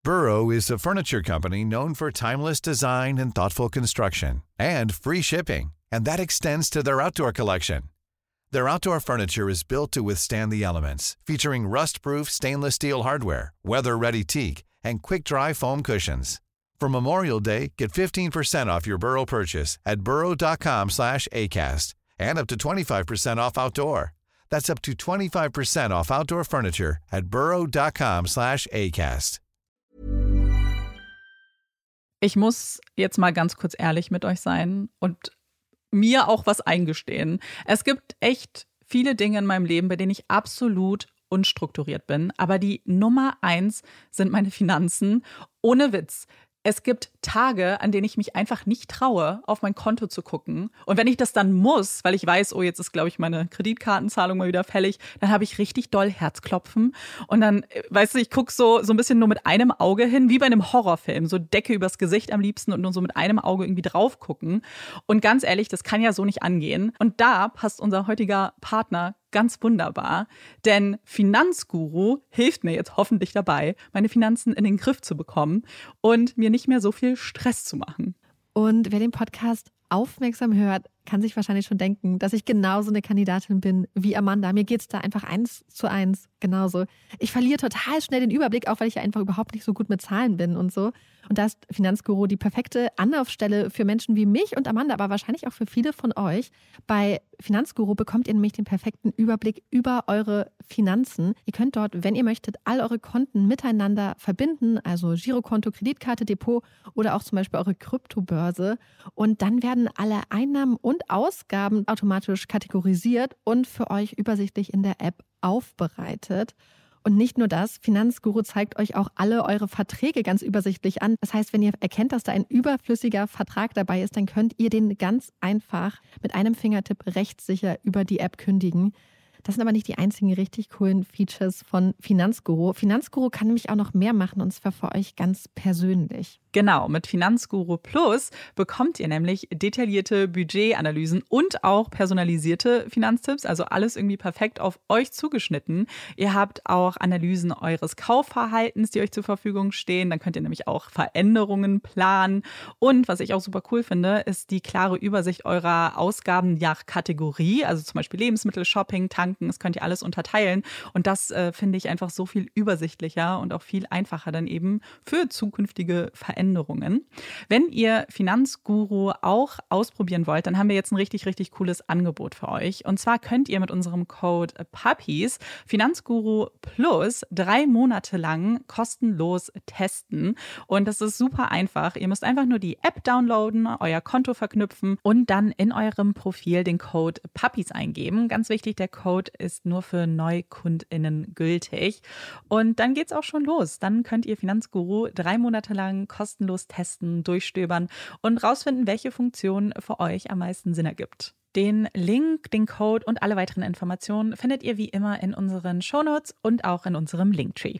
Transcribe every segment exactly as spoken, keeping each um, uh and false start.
Burrow is a furniture company known for timeless design and thoughtful construction, and free shipping, and that extends to their outdoor collection. Their outdoor furniture is built to withstand the elements, featuring rust-proof stainless steel hardware, weather-ready teak, and quick-dry foam cushions. For Memorial Day, get fifteen percent off your Burrow purchase at burrow.com slash ACAST and up to twenty-five percent off outdoor. That's up to twenty-five percent off outdoor furniture at burrow.com slash ACAST. Ich muss jetzt mal ganz kurz ehrlich mit euch sein und mir auch was eingestehen. Es gibt echt viele Dinge in meinem Leben, bei denen ich absolut unstrukturiert bin. Aber die Nummer eins sind meine Finanzen. Ohne Witz. Es gibt Tage, an denen ich mich einfach nicht traue, auf mein Konto zu gucken. Und wenn ich das dann muss, weil ich weiß, oh, jetzt ist, glaube ich, meine Kreditkartenzahlung mal wieder fällig, dann habe ich richtig doll Herzklopfen. Und dann, weißt du, ich gucke so, so ein bisschen nur mit einem Auge hin, wie bei einem Horrorfilm. So Decke übers Gesicht am liebsten und nur so mit einem Auge irgendwie drauf gucken. Und ganz ehrlich, das kann ja so nicht angehen. Und da passt unser heutiger Partner ganz wunderbar, denn Finanzguru hilft mir jetzt hoffentlich dabei, meine Finanzen in den Griff zu bekommen und mir nicht mehr so viel Stress zu machen. Und wer den Podcast aufmerksam hört, kann sich wahrscheinlich schon denken, dass ich genauso eine Kandidatin bin wie Amanda. Mir geht's da einfach eins zu eins genauso. Ich verliere total schnell den Überblick, auch weil ich ja einfach überhaupt nicht so gut mit Zahlen bin und so. Und da ist Finanzguru die perfekte Anlaufstelle für Menschen wie mich und Amanda, aber wahrscheinlich auch für viele von euch. Bei Finanzguru bekommt ihr nämlich den perfekten Überblick über eure Finanzen. Ihr könnt dort, wenn ihr möchtet, all eure Konten miteinander verbinden, also Girokonto, Kreditkarte, Depot oder auch zum Beispiel eure Kryptobörse. Und dann werden alle Einnahmen und Ausgaben automatisch kategorisiert und für euch übersichtlich in der App aufbereitet. Und nicht nur das, Finanzguru zeigt euch auch alle eure Verträge ganz übersichtlich an. Das heißt, wenn ihr erkennt, dass da ein überflüssiger Vertrag dabei ist, dann könnt ihr den ganz einfach mit einem Fingertipp rechtssicher über die App kündigen. Das sind aber nicht die einzigen richtig coolen Features von Finanzguru. Finanzguru kann nämlich auch noch mehr machen, und zwar für euch ganz persönlich. Genau, mit Finanzguru Plus bekommt ihr nämlich detaillierte Budgetanalysen und auch personalisierte Finanztipps, also alles irgendwie perfekt auf euch zugeschnitten. Ihr habt auch Analysen eures Kaufverhaltens, die euch zur Verfügung stehen. Dann könnt ihr nämlich auch Veränderungen planen. Und was ich auch super cool finde, ist die klare Übersicht eurer Ausgaben nach Kategorie, also zum Beispiel Lebensmittel, Shopping, Tanken, das könnt ihr alles unterteilen. Und das äh, finde ich einfach so viel übersichtlicher und auch viel einfacher dann eben für zukünftige Veränderungen. Änderungen. Wenn ihr Finanzguru auch ausprobieren wollt, dann haben wir jetzt ein richtig, richtig cooles Angebot für euch. Und zwar könnt ihr mit unserem Code Puppies Finanzguru Plus drei Monate lang kostenlos testen. Und das ist super einfach. Ihr müsst einfach nur die App downloaden, euer Konto verknüpfen und dann in eurem Profil den Code Puppies eingeben. Ganz wichtig, der Code ist nur für NeukundInnen gültig. Und dann geht's auch schon los. Dann könnt ihr Finanzguru drei Monate lang kostenlos kostenlos testen, durchstöbern und rausfinden, welche Funktion für euch am meisten Sinn ergibt. Den Link, den Code und alle weiteren Informationen findet ihr wie immer in unseren Shownotes und auch in unserem Linktree.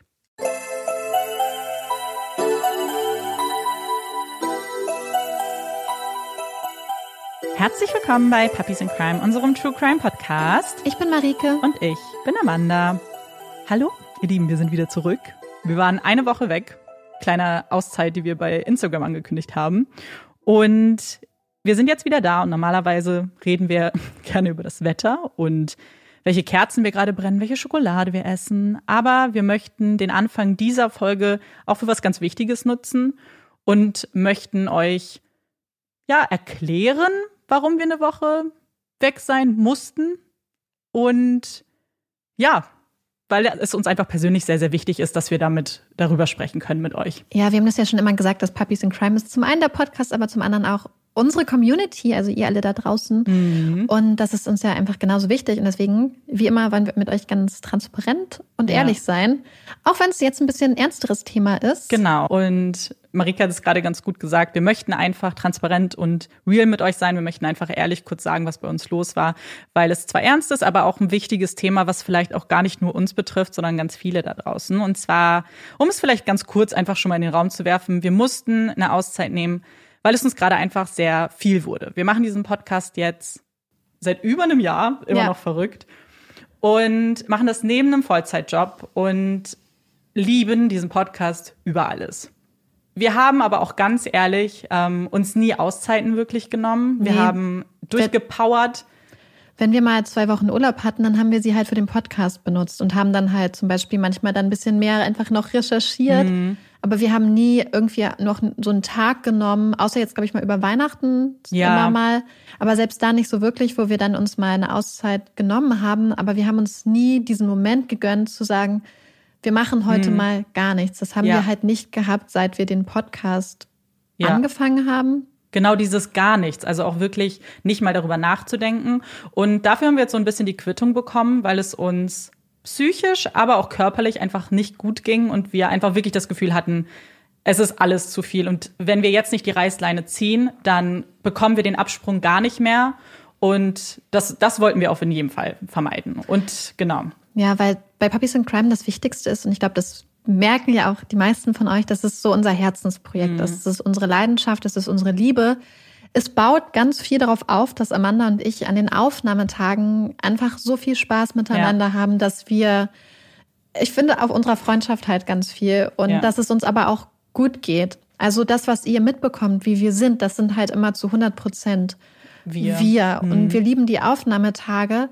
Herzlich willkommen bei Puppies in Crime, unserem True Crime Podcast. Ich bin Marike. Und ich bin Amanda. Hallo, ihr Lieben, wir sind wieder zurück. Wir waren eine Woche weg. Kleine Auszeit, die wir bei Instagram angekündigt haben. Und wir sind jetzt wieder da und normalerweise reden wir gerne über das Wetter und welche Kerzen wir gerade brennen, welche Schokolade wir essen. Aber wir möchten den Anfang dieser Folge auch für was ganz Wichtiges nutzen und möchten euch ja erklären, warum wir eine Woche weg sein mussten. Und ja, weil es uns einfach persönlich sehr, sehr wichtig ist, dass wir damit darüber sprechen können mit euch. Ja, wir haben das ja schon immer gesagt, dass Puppies in Crime ist zum einen der Podcast, aber zum anderen auch unsere Community, also ihr alle da draußen. Mhm. Und das ist uns ja einfach genauso wichtig. Und deswegen, wie immer, wollen wir mit euch ganz transparent und ja. ehrlich sein. Auch wenn es jetzt ein bisschen ein ernsteres Thema ist. Genau. Und Marika hat es gerade ganz gut gesagt. Wir möchten einfach transparent und real mit euch sein. Wir möchten einfach ehrlich kurz sagen, was bei uns los war. Weil es zwar ernst ist, aber auch ein wichtiges Thema, was vielleicht auch gar nicht nur uns betrifft, sondern ganz viele da draußen. Und zwar, um es vielleicht ganz kurz einfach schon mal in den Raum zu werfen, wir mussten eine Auszeit nehmen, weil es uns gerade einfach sehr viel wurde. Wir machen diesen Podcast jetzt seit über einem Jahr, immer ja. noch verrückt, und machen das neben einem Vollzeitjob. Und lieben diesen Podcast über alles. Wir haben aber auch ganz ehrlich ähm, uns nie Auszeiten wirklich genommen. Wir nee. haben durchgepowert. Wenn wir mal zwei Wochen Urlaub hatten, dann haben wir sie halt für den Podcast benutzt und haben dann halt zum Beispiel manchmal dann ein bisschen mehr einfach noch recherchiert. Mhm. Aber wir haben nie irgendwie noch so einen Tag genommen, außer jetzt, glaube ich, mal über Weihnachten ja. immer mal. Aber selbst da nicht so wirklich, wo wir dann uns mal eine Auszeit genommen haben. Aber wir haben uns nie diesen Moment gegönnt, zu sagen, wir machen heute mhm. mal gar nichts. Das haben ja. wir halt nicht gehabt, seit wir den Podcast ja. angefangen haben. Genau dieses gar nichts, also auch wirklich nicht mal darüber nachzudenken. Und dafür haben wir jetzt so ein bisschen die Quittung bekommen, weil es uns psychisch, aber auch körperlich einfach nicht gut ging und wir einfach wirklich das Gefühl hatten, es ist alles zu viel. Und wenn wir jetzt nicht die Reißleine ziehen, dann bekommen wir den Absprung gar nicht mehr. Und das, das wollten wir auch in jedem Fall vermeiden. Und genau. Ja, weil bei Puppies in Crime das Wichtigste ist, und ich glaube, das merken ja auch die meisten von euch, dass es so unser Herzensprojekt mhm. ist. Es ist unsere Leidenschaft, es ist unsere Liebe. Es baut ganz viel darauf auf, dass Amanda und ich an den Aufnahmetagen einfach so viel Spaß miteinander ja. haben, dass wir, ich finde, auf unserer Freundschaft halt ganz viel und ja. dass es uns aber auch gut geht. Also das, was ihr mitbekommt, wie wir sind, das sind halt immer zu hundert Prozent wir. wir. Mhm. Und wir lieben die Aufnahmetage,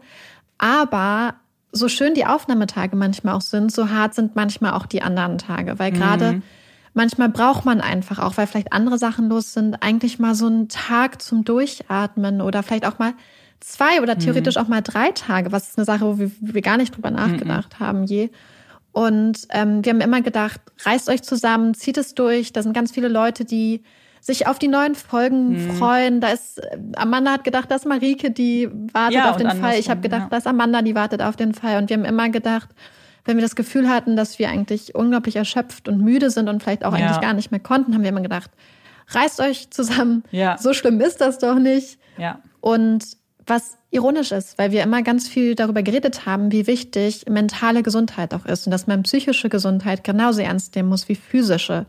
aber so schön die Aufnahmetage manchmal auch sind, so hart sind manchmal auch die anderen Tage. Weil gerade mhm. manchmal braucht man einfach auch, weil vielleicht andere Sachen los sind, eigentlich mal so einen Tag zum Durchatmen oder vielleicht auch mal zwei oder theoretisch mhm. auch mal drei Tage. Was ist eine Sache, wo wir, wir gar nicht drüber nachgedacht mhm. haben je. Und ähm, wir haben immer gedacht, reißt euch zusammen, zieht es durch. Da sind ganz viele Leute, die sich auf die neuen Folgen hm. freuen. Da ist, Amanda hat gedacht, das ist Marike, die wartet ja, auf den Fall. Ich habe gedacht, ja. das ist Amanda, die wartet auf den Fall. Und wir haben immer gedacht, wenn wir das Gefühl hatten, dass wir eigentlich unglaublich erschöpft und müde sind und vielleicht auch ja. eigentlich gar nicht mehr konnten, haben wir immer gedacht, reißt euch zusammen. Ja. So schlimm ist das doch nicht. Ja. Und was ironisch ist, weil wir immer ganz viel darüber geredet haben, wie wichtig mentale Gesundheit auch ist und dass man psychische Gesundheit genauso ernst nehmen muss wie physische.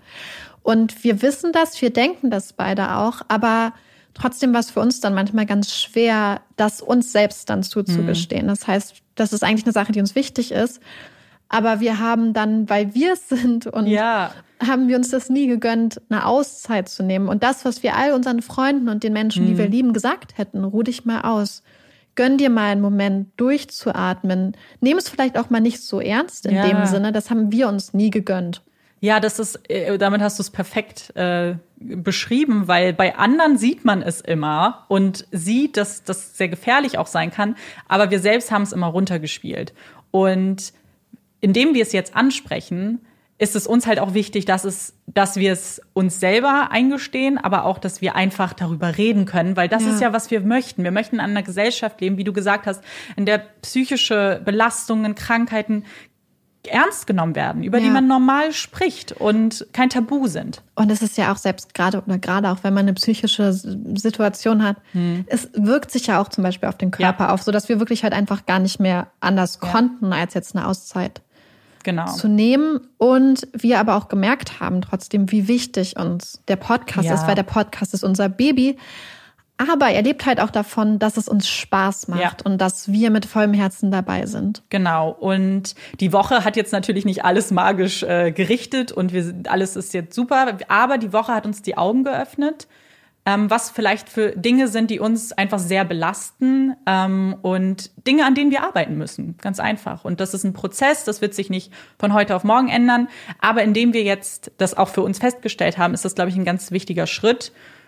Und wir wissen das, wir denken das beide auch, aber trotzdem war es für uns dann manchmal ganz schwer, das uns selbst dann zuzugestehen. Mhm. Das heißt, das ist eigentlich eine Sache, die uns wichtig ist. Aber wir haben dann, weil wir es sind und ja. haben wir uns das nie gegönnt, eine Auszeit zu nehmen. Und das, was wir all unseren Freunden und den Menschen, mhm. die wir lieben, gesagt hätten, ruh dich mal aus. Gönn dir mal einen Moment durchzuatmen. Nehm es vielleicht auch mal nicht so ernst in ja. dem Sinne. Das haben wir uns nie gegönnt. Ja, das ist, damit hast du es perfekt äh, beschrieben, weil bei anderen sieht man es immer und sieht, dass das sehr gefährlich auch sein kann, aber wir selbst haben es immer runtergespielt. Und indem wir es jetzt ansprechen, ist es uns halt auch wichtig, dass es, dass wir es uns selber eingestehen, aber auch, dass wir einfach darüber reden können, weil das ja. ist ja, was wir möchten. Wir möchten in einer Gesellschaft leben, wie du gesagt hast, in der psychische Belastungen, Krankheiten ernst genommen werden, über ja. die man normal spricht und kein Tabu sind. Und es ist ja auch selbst gerade oder gerade auch, wenn man eine psychische Situation hat, hm. es wirkt sich ja auch zum Beispiel auf den Körper ja. auf, sodass wir wirklich halt einfach gar nicht mehr anders ja. konnten, als jetzt eine Auszeit genau. zu nehmen. Und wir aber auch gemerkt haben trotzdem, wie wichtig uns der Podcast ja. ist, weil der Podcast ist unser Baby. Aber er lebt halt auch davon, dass es uns Spaß macht ja. und dass wir mit vollem Herzen dabei sind. Genau. Und die Woche hat jetzt natürlich nicht alles magisch äh, gerichtet und wir sind, alles ist jetzt super. Aber die Woche hat uns die Augen geöffnet, ähm, was vielleicht für Dinge sind, die uns einfach sehr belasten ähm, und Dinge, an denen wir arbeiten müssen. Ganz einfach. Und das ist ein Prozess, das wird sich nicht von heute auf morgen ändern. Aber indem wir jetzt das auch für uns festgestellt haben, ist das, glaube ich, ein ganz wichtiger Schritt.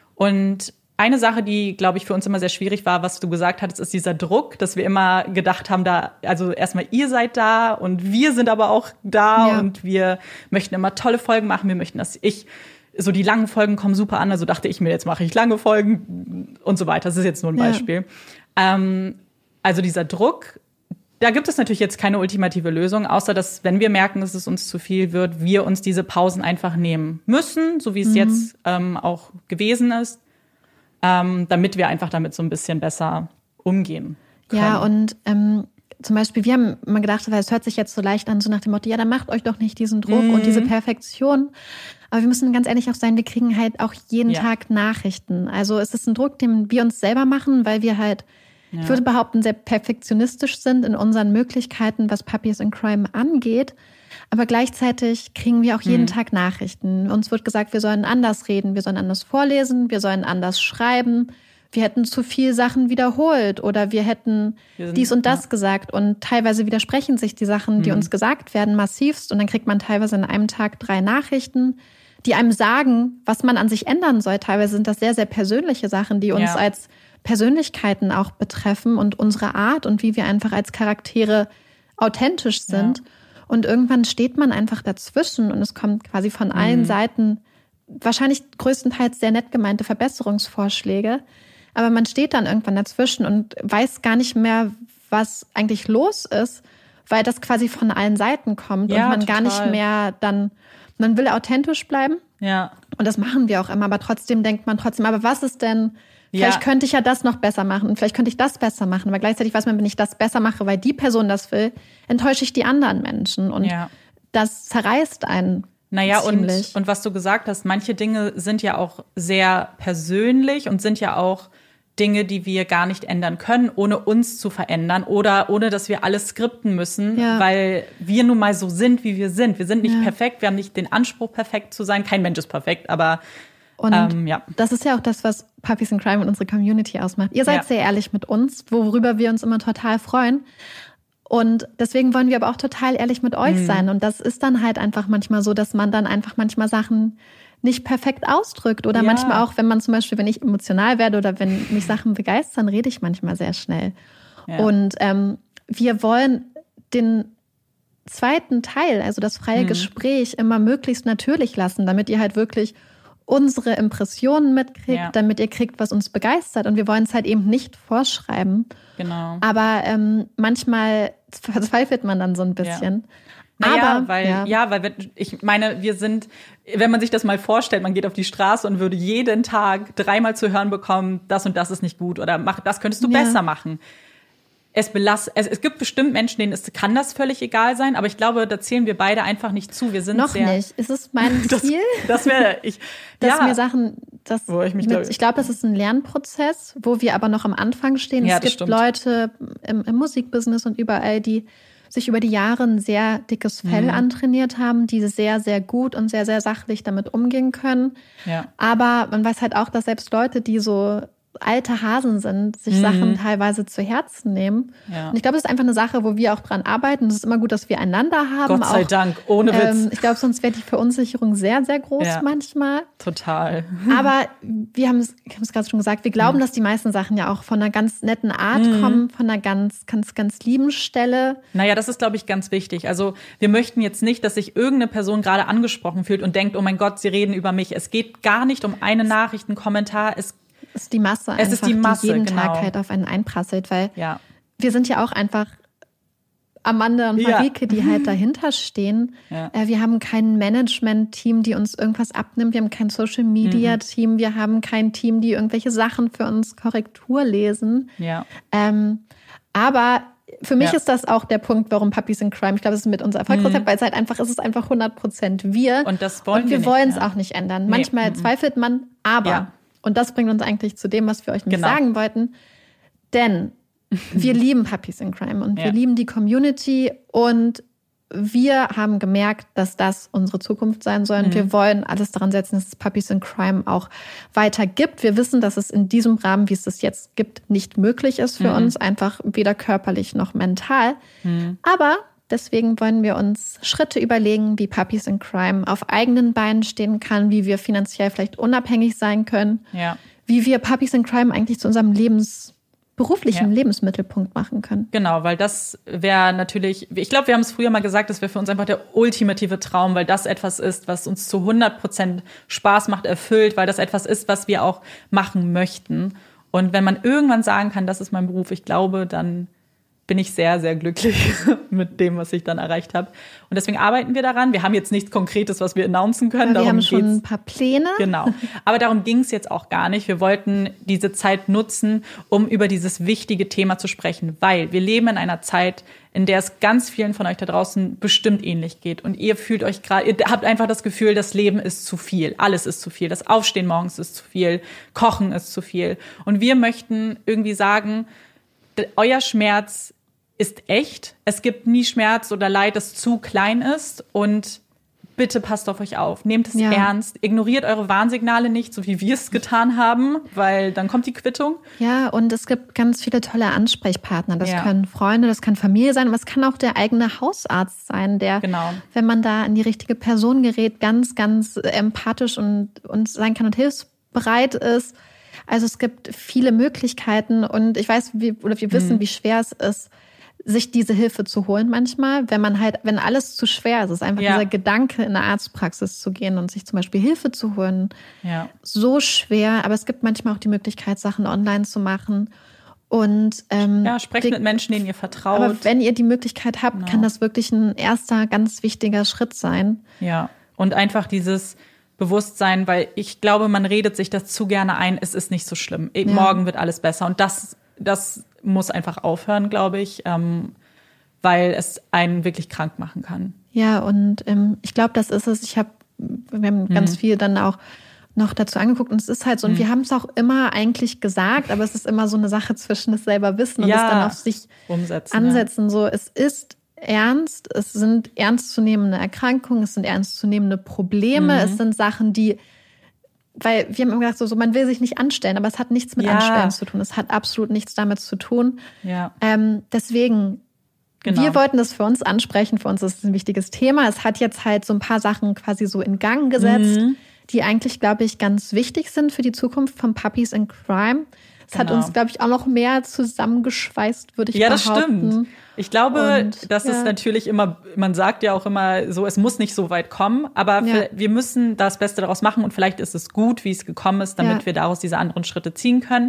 Und eine Sache, die, glaube ich, für uns immer sehr schwierig war, was du gesagt hattest, ist dieser Druck, dass wir immer gedacht haben, da, also erstmal ihr seid da und wir sind aber auch da ja. und wir möchten immer tolle Folgen machen. Wir möchten, dass ich, so die langen Folgen kommen super an, also dachte ich mir, jetzt mache ich lange Folgen und so weiter. Das ist jetzt nur ein Beispiel. Ja. Ähm, also dieser Druck, da gibt es natürlich jetzt keine ultimative Lösung, außer dass, wenn wir merken, dass es uns zu viel wird, wir uns diese Pausen einfach nehmen müssen, so wie es mhm. jetzt ähm, auch gewesen ist. Ähm, damit wir einfach damit so ein bisschen besser umgehen können. Ja, und ähm, zum Beispiel, wir haben immer gedacht, weil es hört sich jetzt so leicht an, so nach dem Motto, ja, dann macht euch doch nicht diesen Druck mhm. und diese Perfektion. Aber wir müssen ganz ehrlich auch sein, wir kriegen halt auch jeden ja. Tag Nachrichten. Also es ist ein Druck, den wir uns selber machen, weil wir halt, ja. ich würde behaupten, sehr perfektionistisch sind in unseren Möglichkeiten, was Puppies in Crime angeht. Aber gleichzeitig kriegen wir auch jeden Hm. Tag Nachrichten. Uns wird gesagt, wir sollen anders reden, wir sollen anders vorlesen, wir sollen anders schreiben. Wir hätten zu viel Sachen wiederholt oder wir hätten Wir sind- dies und das ja. gesagt. Und teilweise widersprechen sich die Sachen, die Mhm. uns gesagt werden, massivst. Und dann kriegt man teilweise an einem Tag drei Nachrichten, die einem sagen, was man an sich ändern soll. Teilweise sind das sehr, sehr persönliche Sachen, die uns Ja. als Persönlichkeiten auch betreffen und unsere Art und wie wir einfach als Charaktere authentisch sind. Ja. Und irgendwann steht man einfach dazwischen und es kommt quasi von allen Mhm. Seiten wahrscheinlich größtenteils sehr nett gemeinte Verbesserungsvorschläge. Aber man steht dann irgendwann dazwischen und weiß gar nicht mehr, was eigentlich los ist, weil das quasi von allen Seiten kommt Ja, und man gar nicht total. mehr dann, man will authentisch bleiben Ja. und das machen wir auch immer, aber trotzdem denkt man trotzdem, aber was ist denn, vielleicht Ja. könnte ich ja das noch besser machen und vielleicht könnte ich das besser machen, aber gleichzeitig weiß man, wenn ich das besser mache, weil die Person das will, enttäusche ich die anderen Menschen und Ja. das zerreißt einen. Naja, und, ziemlich. und was du gesagt hast, manche Dinge sind ja auch sehr persönlich und sind ja auch Dinge, die wir gar nicht ändern können, ohne uns zu verändern oder ohne, dass wir alles skripten müssen, Ja. weil wir nun mal so sind, wie wir sind. Wir sind nicht Ja. perfekt, wir haben nicht den Anspruch, perfekt zu sein. Kein Mensch ist perfekt, aber Und ähm, ja. das ist ja auch das, was Puppies in Crime und unsere Community ausmacht. Ihr seid Ja. sehr ehrlich mit uns, worüber wir uns immer total freuen. Und deswegen wollen wir aber auch total ehrlich mit euch Mhm. sein. Und das ist dann halt einfach manchmal so, dass man dann einfach manchmal Sachen nicht perfekt ausdrückt. Oder Ja. manchmal auch, wenn man zum Beispiel, wenn ich emotional werde oder wenn mich Sachen begeistern, rede ich manchmal sehr schnell. Ja. Und ähm, wir wollen den zweiten Teil, also das freie Mhm. Gespräch, immer möglichst natürlich lassen, damit ihr halt wirklich unsere Impressionen mitkriegt, Ja. damit ihr kriegt, was uns begeistert. Und wir wollen es halt eben nicht vorschreiben. Genau. Aber ähm, manchmal verzweifelt man dann so ein bisschen. Naja, Aber, weil, ja. ja. weil wir, ich meine, wir sind, wenn man sich das mal vorstellt, man geht auf die Straße und würde jeden Tag dreimal zu hören bekommen, das und das ist nicht gut oder mach, das könntest du Ja. besser machen. Es belast, es, es gibt bestimmt Menschen, denen es kann das völlig egal sein, aber ich glaube, da zählen wir beide einfach nicht zu. Wir sind Noch sehr, nicht. Es ist mein Das, Ziel, das wäre ich. dass ja, mir Sachen, dass Wo ich mich mit, glaub- ich glaube, das ist ein Lernprozess, wo wir aber noch am Anfang stehen. Ja, es das gibt stimmt. Leute im, im Musikbusiness und überall, die sich über die Jahre ein sehr dickes Fell Mhm. antrainiert haben, die sehr, sehr gut und sehr, sehr sachlich damit umgehen können. ja. Aber man weiß halt auch, dass selbst Leute, die so alte Hasen sind, sich Mhm. Sachen teilweise zu Herzen nehmen. Ja. Und ich glaube, das ist einfach eine Sache, wo wir auch dran arbeiten. Es ist immer gut, dass wir einander haben. Gott sei auch, Dank, ohne Witz. ähm, ich glaube, sonst wäre die Verunsicherung sehr, sehr groß Ja. manchmal. Total. Aber wir haben es, ich habe es gerade schon gesagt, wir glauben, Mhm. dass die meisten Sachen ja auch von einer ganz netten Art kommen, von einer ganz, ganz, ganz lieben Stelle. Naja, das ist, glaube ich, ganz wichtig. Also wir möchten jetzt nicht, dass sich irgendeine Person gerade angesprochen fühlt und denkt, oh mein Gott, sie reden über mich. Es geht gar nicht um eine Nachricht, einen Kommentar. Es, Es ist die Masse Es einfach, ist die Masse, jeden genau. Tag halt auf einen einprasselt, weil ja, wir sind ja auch einfach Amanda und Ja. Marike, die halt dahinter stehen. Ja. Äh, Wir haben kein Management-Team, die uns irgendwas abnimmt. Wir haben kein Social-Media-Team. Wir haben kein Team, die irgendwelche Sachen für uns Korrektur lesen. ja. Ähm, aber für mich Ja. ist das auch der Punkt, warum Puppies in Crime, ich glaube, das ist mit unser Erfolgsrezept, weil es halt einfach, es ist einfach hundert Prozent wir. Und das wollen Und wir wir nicht, wollen es ja. auch nicht ändern. Nee, Manchmal mhm. zweifelt man, aber, Ja. und das bringt uns eigentlich zu dem, was wir euch nicht Genau. sagen wollten, denn wir lieben Puppies in Crime und wir Ja. lieben die Community und wir haben gemerkt, dass das unsere Zukunft sein soll und Mhm. wir wollen alles daran setzen, dass es Puppies in Crime auch weiter gibt. Wir wissen, dass es in diesem Rahmen, wie es es jetzt gibt, nicht möglich ist für Mhm. uns, einfach weder körperlich noch mental. Aber deswegen wollen wir uns Schritte überlegen, wie Puppies in Crime auf eigenen Beinen stehen kann, wie wir finanziell vielleicht unabhängig sein können, Ja. wie wir Puppies in Crime eigentlich zu unserem Lebens beruflichen Ja. Lebensmittelpunkt machen können. Genau, weil das wäre natürlich, ich glaube, wir haben es früher mal gesagt, das wäre für uns einfach der ultimative Traum, weil das etwas ist, was uns zu hundert Prozent Spaß macht, erfüllt, weil das etwas ist, was wir auch machen möchten. Und wenn man irgendwann sagen kann, das ist mein Beruf, ich glaube, dann bin ich sehr, sehr glücklich mit dem, was ich dann erreicht habe. Und deswegen arbeiten wir daran. Wir haben jetzt nichts Konkretes, was wir announcen können. Aber wir Darum haben schon geht's. ein paar Pläne. Genau. Aber darum ging es jetzt auch gar nicht. Wir wollten diese Zeit nutzen, um über dieses wichtige Thema zu sprechen, weil wir leben in einer Zeit, in der es ganz vielen von euch da draußen bestimmt ähnlich geht. Und ihr fühlt euch gerade, ihr habt einfach das Gefühl, das Leben ist zu viel. Alles ist zu viel. Das Aufstehen morgens ist zu viel. Kochen ist zu viel. Und wir möchten irgendwie sagen, d- euer Schmerz ist echt. Es gibt nie Schmerz oder Leid, das zu klein ist. Und bitte passt auf euch auf. Nehmt es ja. ernst. Ignoriert eure Warnsignale nicht, so wie wir es getan haben, weil dann kommt die Quittung. Ja, und es gibt ganz viele tolle Ansprechpartner. Das ja. können Freunde, das kann Familie sein, aber es kann auch der eigene Hausarzt sein, der, genau. wenn man da an die richtige Person gerät, ganz, ganz empathisch und, und sein kann und hilfsbereit ist. Also es gibt viele Möglichkeiten und ich weiß, wie, oder wir wissen, mhm. wie schwer es ist, sich diese Hilfe zu holen manchmal, wenn man halt, wenn alles zu schwer ist, ist einfach ja. dieser Gedanke, in eine Arztpraxis zu gehen und sich zum Beispiel Hilfe zu holen, ja. so schwer. Aber es gibt manchmal auch die Möglichkeit, Sachen online zu machen. Und ähm, ja, sprecht die, mit Menschen, denen ihr vertraut. Aber wenn ihr die Möglichkeit habt, genau. kann das wirklich ein erster, ganz wichtiger Schritt sein. Ja, und einfach dieses Bewusstsein, weil ich glaube, man redet sich das zu gerne ein, es ist nicht so schlimm. Ja. Morgen wird alles besser. Und das, das muss einfach aufhören, glaube ich, ähm, weil es einen wirklich krank machen kann. Ja, und ähm, ich glaube, das ist es. Ich habe, wir haben mhm. ganz viel dann auch noch dazu angeguckt und es ist halt so, und mhm. wir haben es auch immer eigentlich gesagt, aber es ist immer so eine Sache zwischen das selber wissen und ja. es dann auf sich umsetzen, ansetzen. Ja. So, es ist ernst, es sind ernstzunehmende Erkrankungen, es sind ernstzunehmende Probleme, mhm. es sind Sachen, die, weil wir haben immer gedacht, so, so, man will sich nicht anstellen, aber es hat nichts mit ja. Anstellen zu tun. Es hat absolut nichts damit zu tun. Ja. Ähm, deswegen, genau. wir wollten das für uns ansprechen. Für uns ist es ein wichtiges Thema. Es hat jetzt halt so ein paar Sachen quasi so in Gang gesetzt, mhm. die eigentlich, glaube ich, ganz wichtig sind für die Zukunft von Puppies in Crime. Es genau. hat uns, glaube ich, auch noch mehr zusammengeschweißt, würde ich ja, behaupten. Ja, das stimmt. Ich glaube, und, das ja. ist natürlich immer, man sagt ja auch immer so, es muss nicht so weit kommen, aber ja. für, wir müssen das Beste daraus machen und vielleicht ist es gut, wie es gekommen ist, damit ja. wir daraus diese anderen Schritte ziehen können.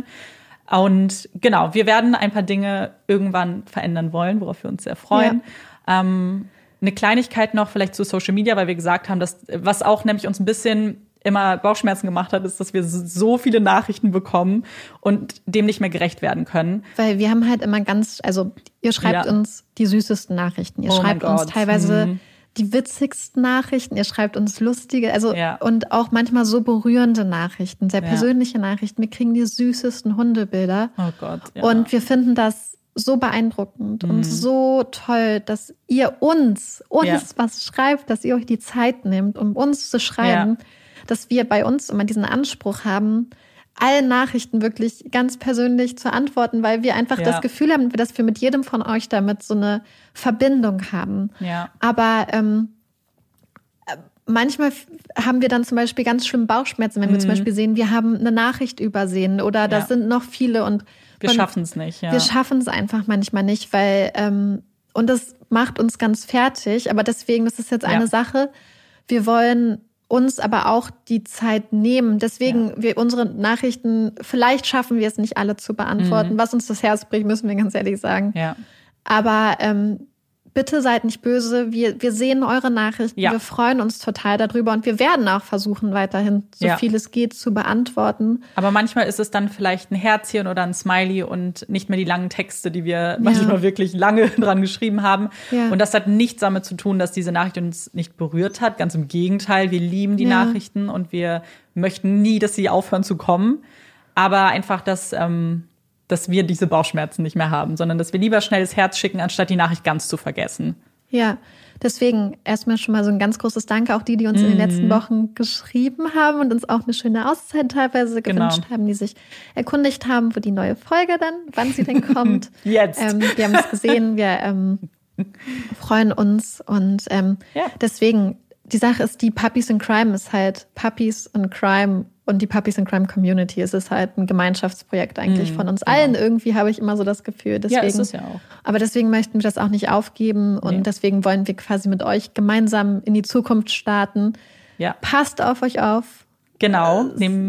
Und genau, wir werden ein paar Dinge irgendwann verändern wollen, worauf wir uns sehr freuen. Ja. Ähm, eine Kleinigkeit noch vielleicht zu Social Media, weil wir gesagt haben, dass was auch nämlich uns ein bisschen immer Bauchschmerzen gemacht hat, ist, dass wir so viele Nachrichten bekommen und dem nicht mehr gerecht werden können. Weil wir haben halt immer ganz, also ihr schreibt ja. uns die süßesten Nachrichten. Ihr oh schreibt uns teilweise hm. die witzigsten Nachrichten. Ihr schreibt uns lustige, also ja. und auch manchmal so berührende Nachrichten, sehr ja. persönliche Nachrichten. Wir kriegen die süßesten Hundebilder. Oh Gott. Ja. Und wir finden das so beeindruckend mhm. und so toll, dass ihr uns, uns ja. was schreibt, dass ihr euch die Zeit nehmt, um uns zu schreiben. Ja. Dass wir bei uns immer diesen Anspruch haben, alle Nachrichten wirklich ganz persönlich zu antworten, weil wir einfach ja. das Gefühl haben, dass wir mit jedem von euch damit so eine Verbindung haben. Ja. Aber ähm, manchmal haben wir dann zum Beispiel ganz schlimme Bauchschmerzen, wenn wir mhm. zum Beispiel sehen, wir haben eine Nachricht übersehen oder da ja. sind noch viele und wir schaffen es nicht. Ja. Wir schaffen es einfach manchmal nicht, weil ähm, und das macht uns ganz fertig. Aber deswegen, das ist jetzt eine ja. Sache. Wir wollen uns aber auch die Zeit nehmen. Deswegen, ja. wir unsere Nachrichten, vielleicht schaffen wir es nicht alle zu beantworten. Mhm. Was uns das Herz bricht, müssen wir ganz ehrlich sagen. Ja. Aber ähm, bitte seid nicht böse. Wir, wir sehen eure Nachrichten. Ja. Wir freuen uns total darüber. Und wir werden auch versuchen, weiterhin so ja. viel es geht zu beantworten. Aber manchmal ist es dann vielleicht ein Herzchen oder ein Smiley und nicht mehr die langen Texte, die wir ja. manchmal wirklich lange dran geschrieben haben. Ja. Und das hat nichts damit zu tun, dass diese Nachricht uns nicht berührt hat. Ganz im Gegenteil, wir lieben die ja. Nachrichten und wir möchten nie, dass sie aufhören zu kommen. Aber einfach, dass, ähm, dass wir diese Bauchschmerzen nicht mehr haben, sondern dass wir lieber schnell das Herz schicken, anstatt die Nachricht ganz zu vergessen. Ja, deswegen erstmal schon mal so ein ganz großes Danke, auch die, die uns mm. in den letzten Wochen geschrieben haben und uns auch eine schöne Auszeit teilweise gewünscht genau. haben, die sich erkundigt haben, wo die neue Folge dann, wann sie denn kommt. Jetzt. Ähm, wir haben es gesehen, wir ähm, freuen uns und ähm, ja. deswegen, die Sache ist, die Puppies in Crime ist halt Puppies in Crime. Und die Puppies in Crime Community, es ist halt ein Gemeinschaftsprojekt eigentlich mm, von uns genau. allen. Irgendwie habe ich immer so das Gefühl. Deswegen, ja, ist es ja auch. Aber deswegen möchten wir das auch nicht aufgeben. Und nee. deswegen wollen wir quasi mit euch gemeinsam in die Zukunft starten. Ja. Passt auf euch auf. Genau.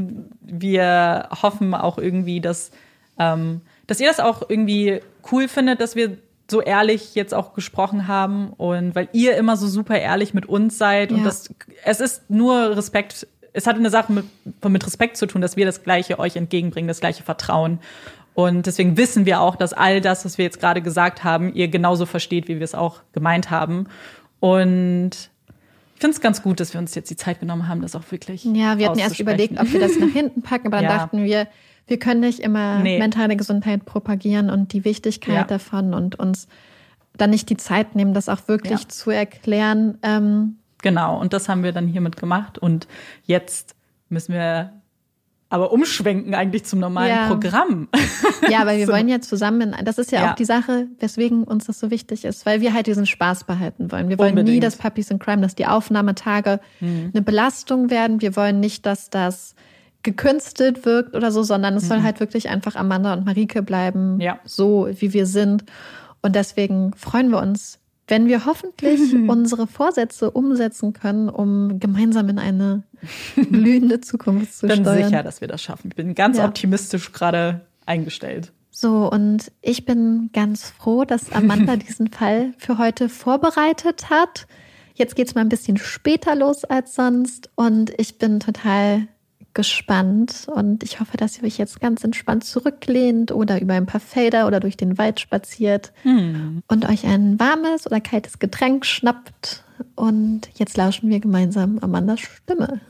Wir hoffen auch irgendwie, dass, ähm, dass ihr das auch irgendwie cool findet, dass wir so ehrlich jetzt auch gesprochen haben. Und weil ihr immer so super ehrlich mit uns seid. Ja. Und das, es ist nur Respekt. Es hat eine Sache mit, mit Respekt zu tun, dass wir das Gleiche euch entgegenbringen, das gleiche Vertrauen. Und deswegen wissen wir auch, dass all das, was wir jetzt gerade gesagt haben, ihr genauso versteht, wie wir es auch gemeint haben. Und ich finde es ganz gut, dass wir uns jetzt die Zeit genommen haben, das auch wirklich Ja, wir hatten erst überlegt, ob wir das nach hinten packen, aber dann ja. dachten wir, wir können nicht immer nee. mentale Gesundheit propagieren und die Wichtigkeit ja. davon und uns dann nicht die Zeit nehmen, das auch wirklich ja. zu erklären. Ähm, genau, und das haben wir dann hiermit gemacht. Und jetzt müssen wir aber umschwenken eigentlich zum normalen ja. Programm. Ja, weil wir so. wollen ja zusammen, das ist ja, ja auch die Sache, weswegen uns das so wichtig ist, weil wir halt diesen Spaß behalten wollen. Wir wollen Unbedingt. nie, dass Puppies in Crime, dass die Aufnahmetage mhm. eine Belastung werden. Wir wollen nicht, dass das gekünstelt wirkt oder so, sondern es mhm. soll halt wirklich einfach Amanda und Marieke bleiben, ja. so wie wir sind. Und deswegen freuen wir uns, wenn wir hoffentlich unsere Vorsätze umsetzen können, um gemeinsam in eine blühende Zukunft zu steuern. Bin sicher, dass wir das schaffen. Ich bin ganz ja. optimistisch gerade eingestellt. So, und ich bin ganz froh, dass Amanda diesen Fall für heute vorbereitet hat. Jetzt geht's mal ein bisschen später los als sonst und ich bin total gespannt und ich hoffe, dass ihr euch jetzt ganz entspannt zurücklehnt oder über ein paar Felder oder durch den Wald spaziert hm. und euch ein warmes oder kaltes Getränk schnappt. Und jetzt lauschen wir gemeinsam Amandas Stimme.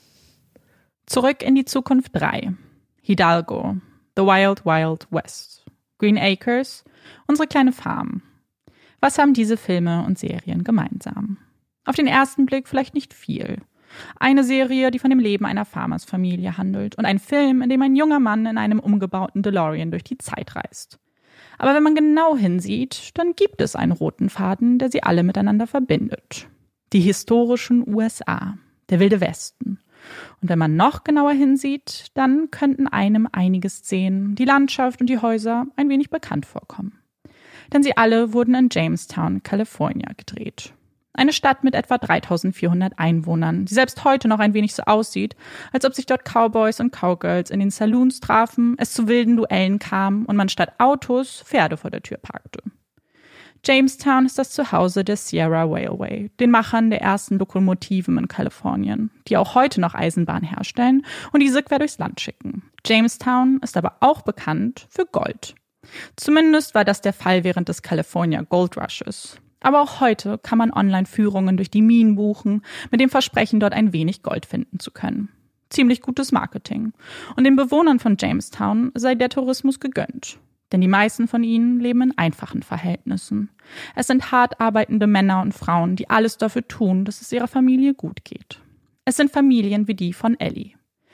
Zurück in die Zukunft drei. Hidalgo, The Wild Wild West, Green Acres, unsere kleine Farm. Was haben diese Filme und Serien gemeinsam? Auf den ersten Blick vielleicht nicht viel. Eine Serie, die von dem Leben einer Farmersfamilie handelt und ein Film, in dem ein junger Mann in einem umgebauten DeLorean durch die Zeit reist. Aber wenn man genau hinsieht, dann gibt es einen roten Faden, der sie alle miteinander verbindet. Die historischen U S A, der Wilde Westen. Und wenn man noch genauer hinsieht, dann könnten einem einige Szenen, die Landschaft und die Häuser ein wenig bekannt vorkommen. Denn sie alle wurden in Jamestown, California gedreht. Eine Stadt mit etwa dreitausendvierhundert Einwohnern, die selbst heute noch ein wenig so aussieht, als ob sich dort Cowboys und Cowgirls in den Saloons trafen, es zu wilden Duellen kam und man statt Autos Pferde vor der Tür parkte. Jamestown ist das Zuhause der Sierra Railway, den Machern der ersten Lokomotiven in Kalifornien, die auch heute noch Eisenbahn herstellen und diese quer durchs Land schicken. Jamestown ist aber auch bekannt für Gold. Zumindest war das der Fall während des California Gold Rushes. Aber auch heute kann man Online-Führungen durch die Minen buchen, mit dem Versprechen, dort ein wenig Gold finden zu können. Ziemlich gutes Marketing. Und den Bewohnern von Jamestown sei der Tourismus gegönnt. Denn die meisten von ihnen leben in einfachen Verhältnissen. Es sind hart arbeitende Männer und Frauen, die alles dafür tun, dass es ihrer Familie gut geht. Es sind Familien wie die von Ellie.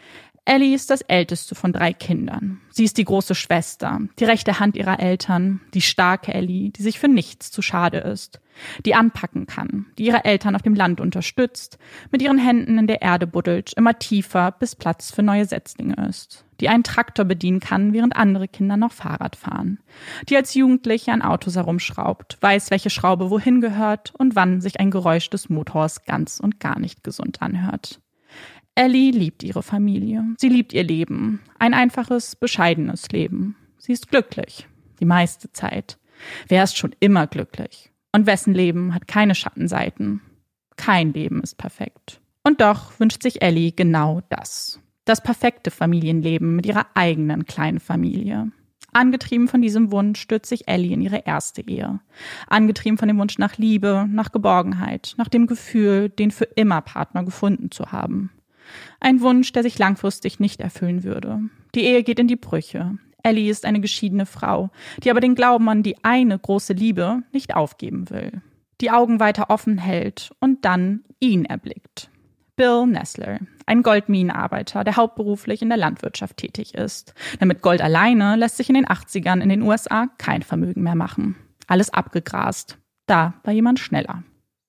Ellie ist das älteste von drei Kindern. Sie ist die große Schwester, die rechte Hand ihrer Eltern, die starke Ellie, die sich für nichts zu schade ist, die anpacken kann, die ihre Eltern auf dem Land unterstützt, mit ihren Händen in der Erde buddelt, immer tiefer, bis Platz für neue Setzlinge ist, die einen Traktor bedienen kann, während andere Kinder noch Fahrrad fahren, die als Jugendliche an Autos herumschraubt, weiß, welche Schraube wohin gehört und wann sich ein Geräusch des Motors ganz und gar nicht gesund anhört. Ellie liebt ihre Familie. Sie liebt ihr Leben. Ein einfaches, bescheidenes Leben. Sie ist glücklich. Die meiste Zeit. Wer ist schon immer glücklich? Und wessen Leben hat keine Schattenseiten? Kein Leben ist perfekt. Und doch wünscht sich Ellie genau das. Das perfekte Familienleben mit ihrer eigenen kleinen Familie. Angetrieben von diesem Wunsch stürzt sich Ellie in ihre erste Ehe. Angetrieben von dem Wunsch nach Liebe, nach Geborgenheit, nach dem Gefühl, den für immer Partner gefunden zu haben. Ein Wunsch, der sich langfristig nicht erfüllen würde. Die Ehe geht in die Brüche. Ellie ist eine geschiedene Frau, die aber den Glauben an die eine große Liebe nicht aufgeben will. Die Augen weiter offen hält und dann ihn erblickt. Bill Nessler, ein Goldminenarbeiter, der hauptberuflich in der Landwirtschaft tätig ist. Denn mit Gold alleine lässt sich in den achtzigern in den U S A kein Vermögen mehr machen. Alles abgegrast. Da war jemand schneller.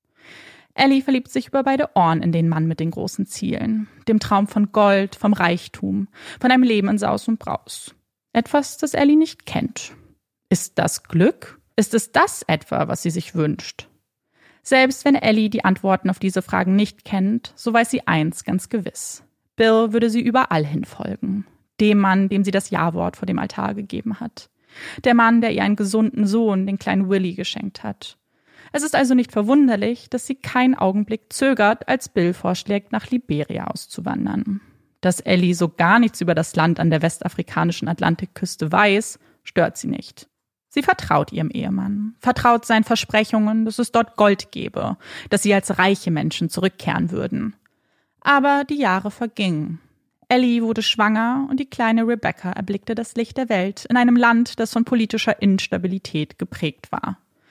Ellie verliebt sich über beide Ohren in den Mann mit den großen Zielen. Dem Traum von Gold, vom Reichtum, von einem Leben in Saus und Braus. Etwas, das Ellie nicht kennt. Ist das Glück? Ist es das etwa, was sie sich wünscht? Selbst wenn Ellie die Antworten auf diese Fragen nicht kennt, so weiß sie eins ganz gewiss. Bill würde sie überall hin folgen. Dem Mann, dem sie das Ja-Wort vor dem Altar gegeben hat. Der Mann, der ihr einen gesunden Sohn, den kleinen Willy, geschenkt hat. Es ist also nicht verwunderlich, dass sie keinen Augenblick zögert, als Bill vorschlägt, nach Liberia auszuwandern. Dass Ellie so gar nichts über das Land an der westafrikanischen Atlantikküste weiß, stört sie nicht. Sie vertraut ihrem Ehemann, vertraut seinen Versprechungen, dass es dort Gold gebe, dass sie als reiche Menschen zurückkehren würden. Aber die Jahre vergingen. Ellie wurde schwanger und die kleine Rebecca erblickte das Licht der Welt in einem Land, das von politischer Instabilität geprägt war.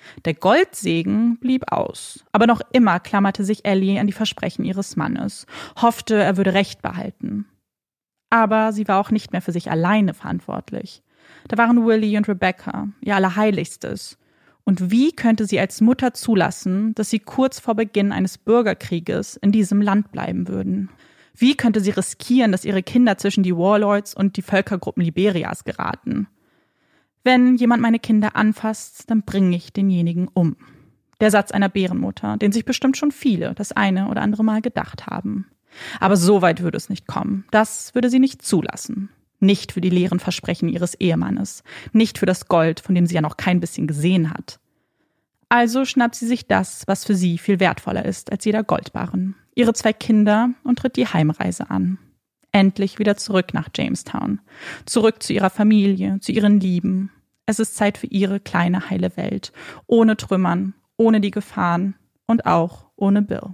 Der Goldsegen blieb aus, aber noch immer klammerte sich Ellie an die Versprechen ihres Mannes, hoffte, er würde Recht behalten. Aber sie war auch nicht mehr für sich alleine verantwortlich. Da waren Willie und Rebecca, ihr Allerheiligstes. Und wie könnte sie als Mutter zulassen, dass sie kurz vor Beginn eines Bürgerkrieges in diesem Land bleiben würden? Wie könnte sie riskieren, dass ihre Kinder zwischen die Warlords und die Völkergruppen Liberias geraten? Wenn jemand meine Kinder anfasst, dann bringe ich denjenigen um. Der Satz einer Bärenmutter, den sich bestimmt schon viele das eine oder andere Mal gedacht haben. Aber so weit würde es nicht kommen. Das würde sie nicht zulassen. Nicht für die leeren Versprechen ihres Ehemannes. Nicht für das Gold, von dem sie ja noch kein bisschen gesehen hat. Also schnappt sie sich das, was für sie viel wertvoller ist als jeder Goldbarren. Ihre zwei Kinder und tritt die Heimreise an. Endlich wieder zurück nach Jamestown. Zurück zu ihrer Familie, zu ihren Lieben. Es ist Zeit für ihre kleine, heile Welt. Ohne Trümmern, ohne die Gefahren und auch ohne Bill.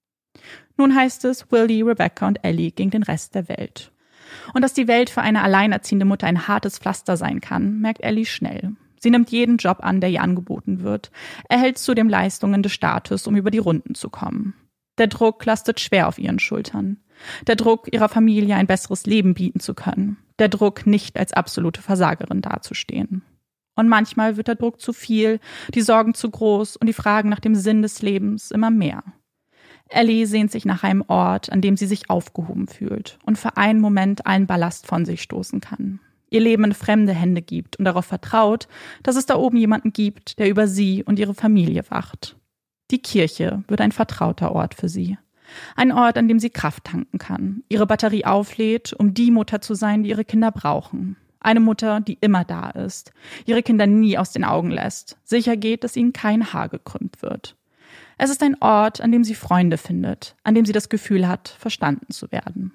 Nun heißt es Willie, Rebecca und Ellie gegen den Rest der Welt. Und dass die Welt für eine alleinerziehende Mutter ein hartes Pflaster sein kann, merkt Ellie schnell. Sie nimmt jeden Job an, der ihr angeboten wird, erhält zudem Leistungen des Staates, um über die Runden zu kommen. Der Druck lastet schwer auf ihren Schultern. Der Druck, ihrer Familie ein besseres Leben bieten zu können. Der Druck, nicht als absolute Versagerin dazustehen. Und manchmal wird der Druck zu viel, die Sorgen zu groß und die Fragen nach dem Sinn des Lebens immer mehr. Ellie sehnt sich nach einem Ort, an dem sie sich aufgehoben fühlt und für einen Moment allen Ballast von sich stoßen kann. Ihr Leben in fremde Hände gibt und darauf vertraut, dass es da oben jemanden gibt, der über sie und ihre Familie wacht. Die Kirche wird ein vertrauter Ort für sie. Ein Ort, an dem sie Kraft tanken kann, ihre Batterie auflädt, um die Mutter zu sein, die ihre Kinder brauchen. Eine Mutter, die immer da ist, ihre Kinder nie aus den Augen lässt, sicher geht, dass ihnen kein Haar gekrümmt wird. Es ist ein Ort, an dem sie Freunde findet, an dem sie das Gefühl hat, verstanden zu werden.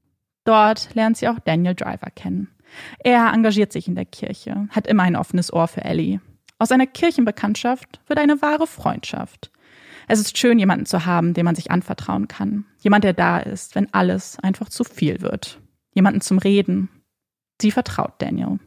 Dort lernt sie auch Daniel Driver kennen. Er engagiert sich in der Kirche, hat immer ein offenes Ohr für Ellie. Aus einer Kirchenbekanntschaft wird eine wahre Freundschaft. Es ist schön, jemanden zu haben, dem man sich anvertrauen kann. Jemand, der da ist, wenn alles einfach zu viel wird. Jemanden zum Reden. Sie vertraut Daniel.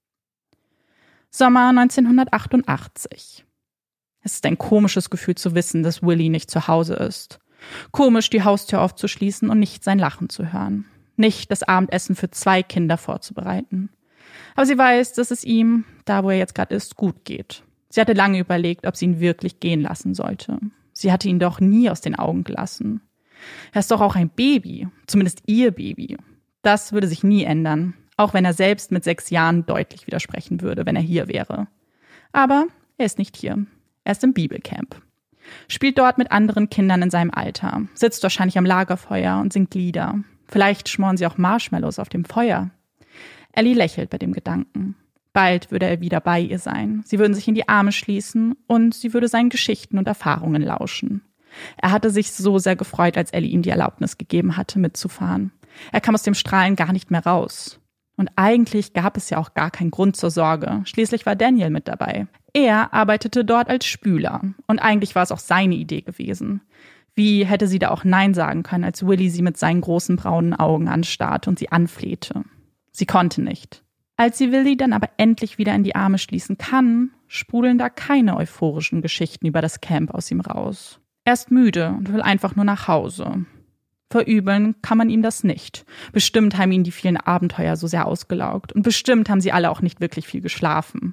Sommer neunzehnhundertachtundachtzig. Es ist ein komisches Gefühl zu wissen, dass Willie nicht zu Hause ist. Komisch, die Haustür aufzuschließen und nicht sein Lachen zu hören. Nicht das Abendessen für zwei Kinder vorzubereiten. Aber sie weiß, dass es ihm, da wo er jetzt gerade ist, gut geht. Sie hatte lange überlegt, ob sie ihn wirklich gehen lassen sollte. Sie hatte ihn doch nie aus den Augen gelassen. Er ist doch auch ein Baby, zumindest ihr Baby. Das würde sich nie ändern, auch wenn er selbst mit sechs Jahren deutlich widersprechen würde, wenn er hier wäre. Aber er ist nicht hier. Er ist im Bibelcamp. Spielt dort mit anderen Kindern in seinem Alter, sitzt wahrscheinlich am Lagerfeuer und singt Lieder. Vielleicht schmoren sie auch Marshmallows auf dem Feuer. Ellie lächelt bei dem Gedanken. Bald würde er wieder bei ihr sein. Sie würden sich in die Arme schließen und sie würde seinen Geschichten und Erfahrungen lauschen. Er hatte sich so sehr gefreut, als Ellie ihm die Erlaubnis gegeben hatte, mitzufahren. Er kam aus dem Strahlen gar nicht mehr raus. Und eigentlich gab es ja auch gar keinen Grund zur Sorge. Schließlich war Daniel mit dabei. Er arbeitete dort als Spüler. Und eigentlich war es auch seine Idee gewesen. Wie hätte sie da auch Nein sagen können, als Willie sie mit seinen großen braunen Augen anstarrte und sie anflehte? Sie konnte nicht. Als sie Willie dann aber endlich wieder in die Arme schließen kann, sprudeln da keine euphorischen Geschichten über das Camp aus ihm raus. Er ist müde und will einfach nur nach Hause. Verübeln kann man ihm das nicht. Bestimmt haben ihn die vielen Abenteuer so sehr ausgelaugt und bestimmt haben sie alle auch nicht wirklich viel geschlafen.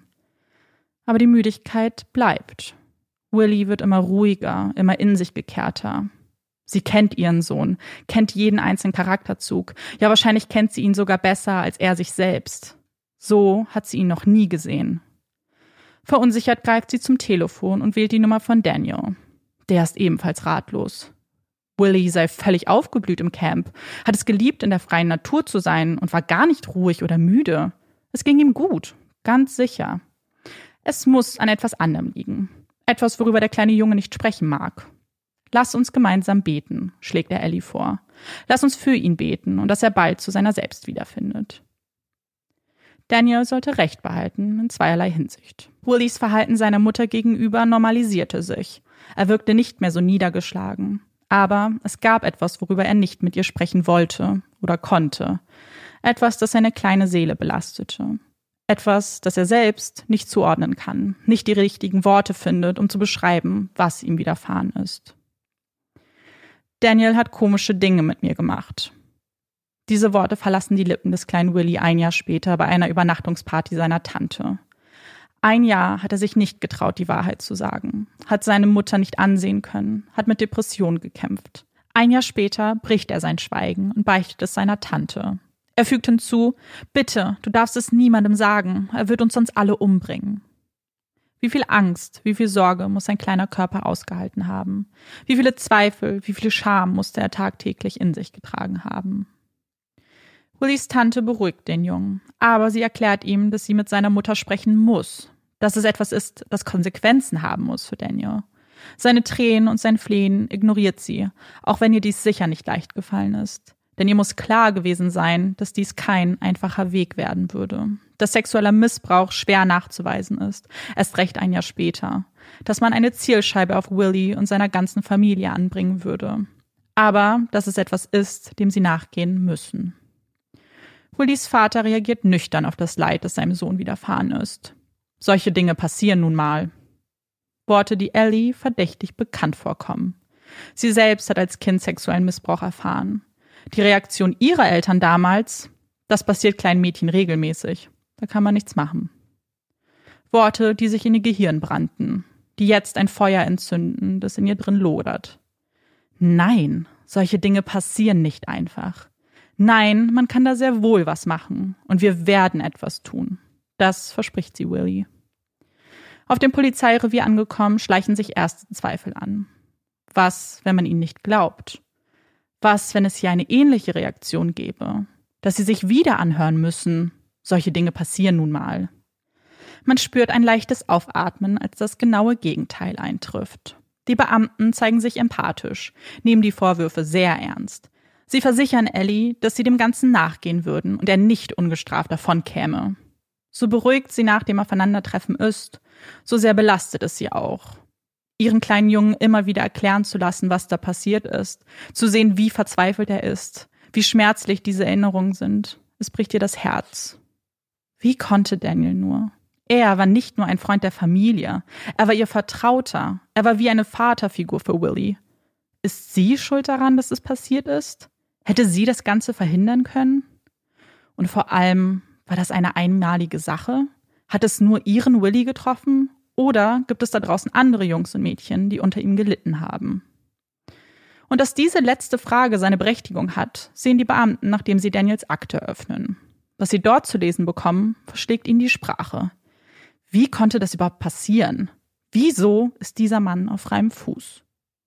Aber die Müdigkeit bleibt. Willie wird immer ruhiger, immer in sich gekehrter. Sie kennt ihren Sohn, kennt jeden einzelnen Charakterzug. Ja, wahrscheinlich kennt sie ihn sogar besser als er sich selbst. So hat sie ihn noch nie gesehen. Verunsichert greift sie zum Telefon und wählt die Nummer von Daniel. Der ist ebenfalls ratlos. Willie sei völlig aufgeblüht im Camp, hat es geliebt, in der freien Natur zu sein und war gar nicht ruhig oder müde. Es ging ihm gut, ganz sicher. Es muss an etwas anderem liegen. Etwas, worüber der kleine Junge nicht sprechen mag. Lass uns gemeinsam beten, schlägt er Ellie vor. Lass uns für ihn beten und dass er bald zu seiner selbst wiederfindet. Daniel sollte Recht behalten in zweierlei Hinsicht. Willies Verhalten seiner Mutter gegenüber normalisierte sich. Er wirkte nicht mehr so niedergeschlagen. Aber es gab etwas, worüber er nicht mit ihr sprechen wollte oder konnte. Etwas, das seine kleine Seele belastete. Etwas, das er selbst nicht zuordnen kann, nicht die richtigen Worte findet, um zu beschreiben, was ihm widerfahren ist. Daniel hat komische Dinge mit mir gemacht. Diese Worte verlassen die Lippen des kleinen Willie ein Jahr später bei einer Übernachtungsparty seiner Tante. Ein Jahr hat er sich nicht getraut, die Wahrheit zu sagen, hat seine Mutter nicht ansehen können, hat mit Depressionen gekämpft. Ein Jahr später bricht er sein Schweigen und beichtet es seiner Tante. Er fügt hinzu, bitte, du darfst es niemandem sagen, er wird uns sonst alle umbringen. Wie viel Angst, wie viel Sorge muss sein kleiner Körper ausgehalten haben? Wie viele Zweifel, wie viel Scham musste er tagtäglich in sich getragen haben? Willies Tante beruhigt den Jungen, aber sie erklärt ihm, dass sie mit seiner Mutter sprechen muss, dass es etwas ist, das Konsequenzen haben muss für Daniel. Seine Tränen und sein Flehen ignoriert sie, auch wenn ihr dies sicher nicht leicht gefallen ist. Denn ihr muss klar gewesen sein, dass dies kein einfacher Weg werden würde. Dass sexueller Missbrauch schwer nachzuweisen ist, erst recht ein Jahr später. Dass man eine Zielscheibe auf Willie und seiner ganzen Familie anbringen würde. Aber dass es etwas ist, dem sie nachgehen müssen. Willies Vater reagiert nüchtern auf das Leid, das seinem Sohn widerfahren ist. Solche Dinge passieren nun mal. Worte, die Ellie verdächtig bekannt vorkommen. Sie selbst hat als Kind sexuellen Missbrauch erfahren. Die Reaktion ihrer Eltern damals, das passiert kleinen Mädchen regelmäßig. Da kann man nichts machen. Worte, die sich in ihr Gehirn brannten, die jetzt ein Feuer entzünden, das in ihr drin lodert. Nein, solche Dinge passieren nicht einfach. Nein, man kann da sehr wohl was machen und wir werden etwas tun. Das verspricht sie Willie. Auf dem Polizeirevier angekommen, schleichen sich erste Zweifel an. Was, wenn man ihnen nicht glaubt? Was, wenn es hier eine ähnliche Reaktion gäbe? Dass sie sich wieder anhören müssen. Solche Dinge passieren nun mal. Man spürt ein leichtes Aufatmen, als das genaue Gegenteil eintrifft. Die Beamten zeigen sich empathisch, nehmen die Vorwürfe sehr ernst. Sie versichern Ellie, dass sie dem Ganzen nachgehen würden und er nicht ungestraft davonkäme. So beruhigt sie nach dem Aufeinandertreffen ist, so sehr belastet es sie auch. Ihren kleinen Jungen immer wieder erklären zu lassen, was da passiert ist, zu sehen, wie verzweifelt er ist, wie schmerzlich diese Erinnerungen sind. Es bricht ihr das Herz. Wie konnte Daniel nur? Er war nicht nur ein Freund der Familie, er war ihr Vertrauter, er war wie eine Vaterfigur für Willie. Ist sie schuld daran, dass es passiert ist? Hätte sie das Ganze verhindern können? Und vor allem, war das eine einmalige Sache? Hat es nur ihren Willie getroffen? Oder gibt es da draußen andere Jungs und Mädchen, die unter ihm gelitten haben? Und dass diese letzte Frage seine Berechtigung hat, sehen die Beamten, nachdem sie Daniels Akte öffnen. Was sie dort zu lesen bekommen, verschlägt ihnen die Sprache. Wie konnte das überhaupt passieren? Wieso ist dieser Mann auf freiem Fuß?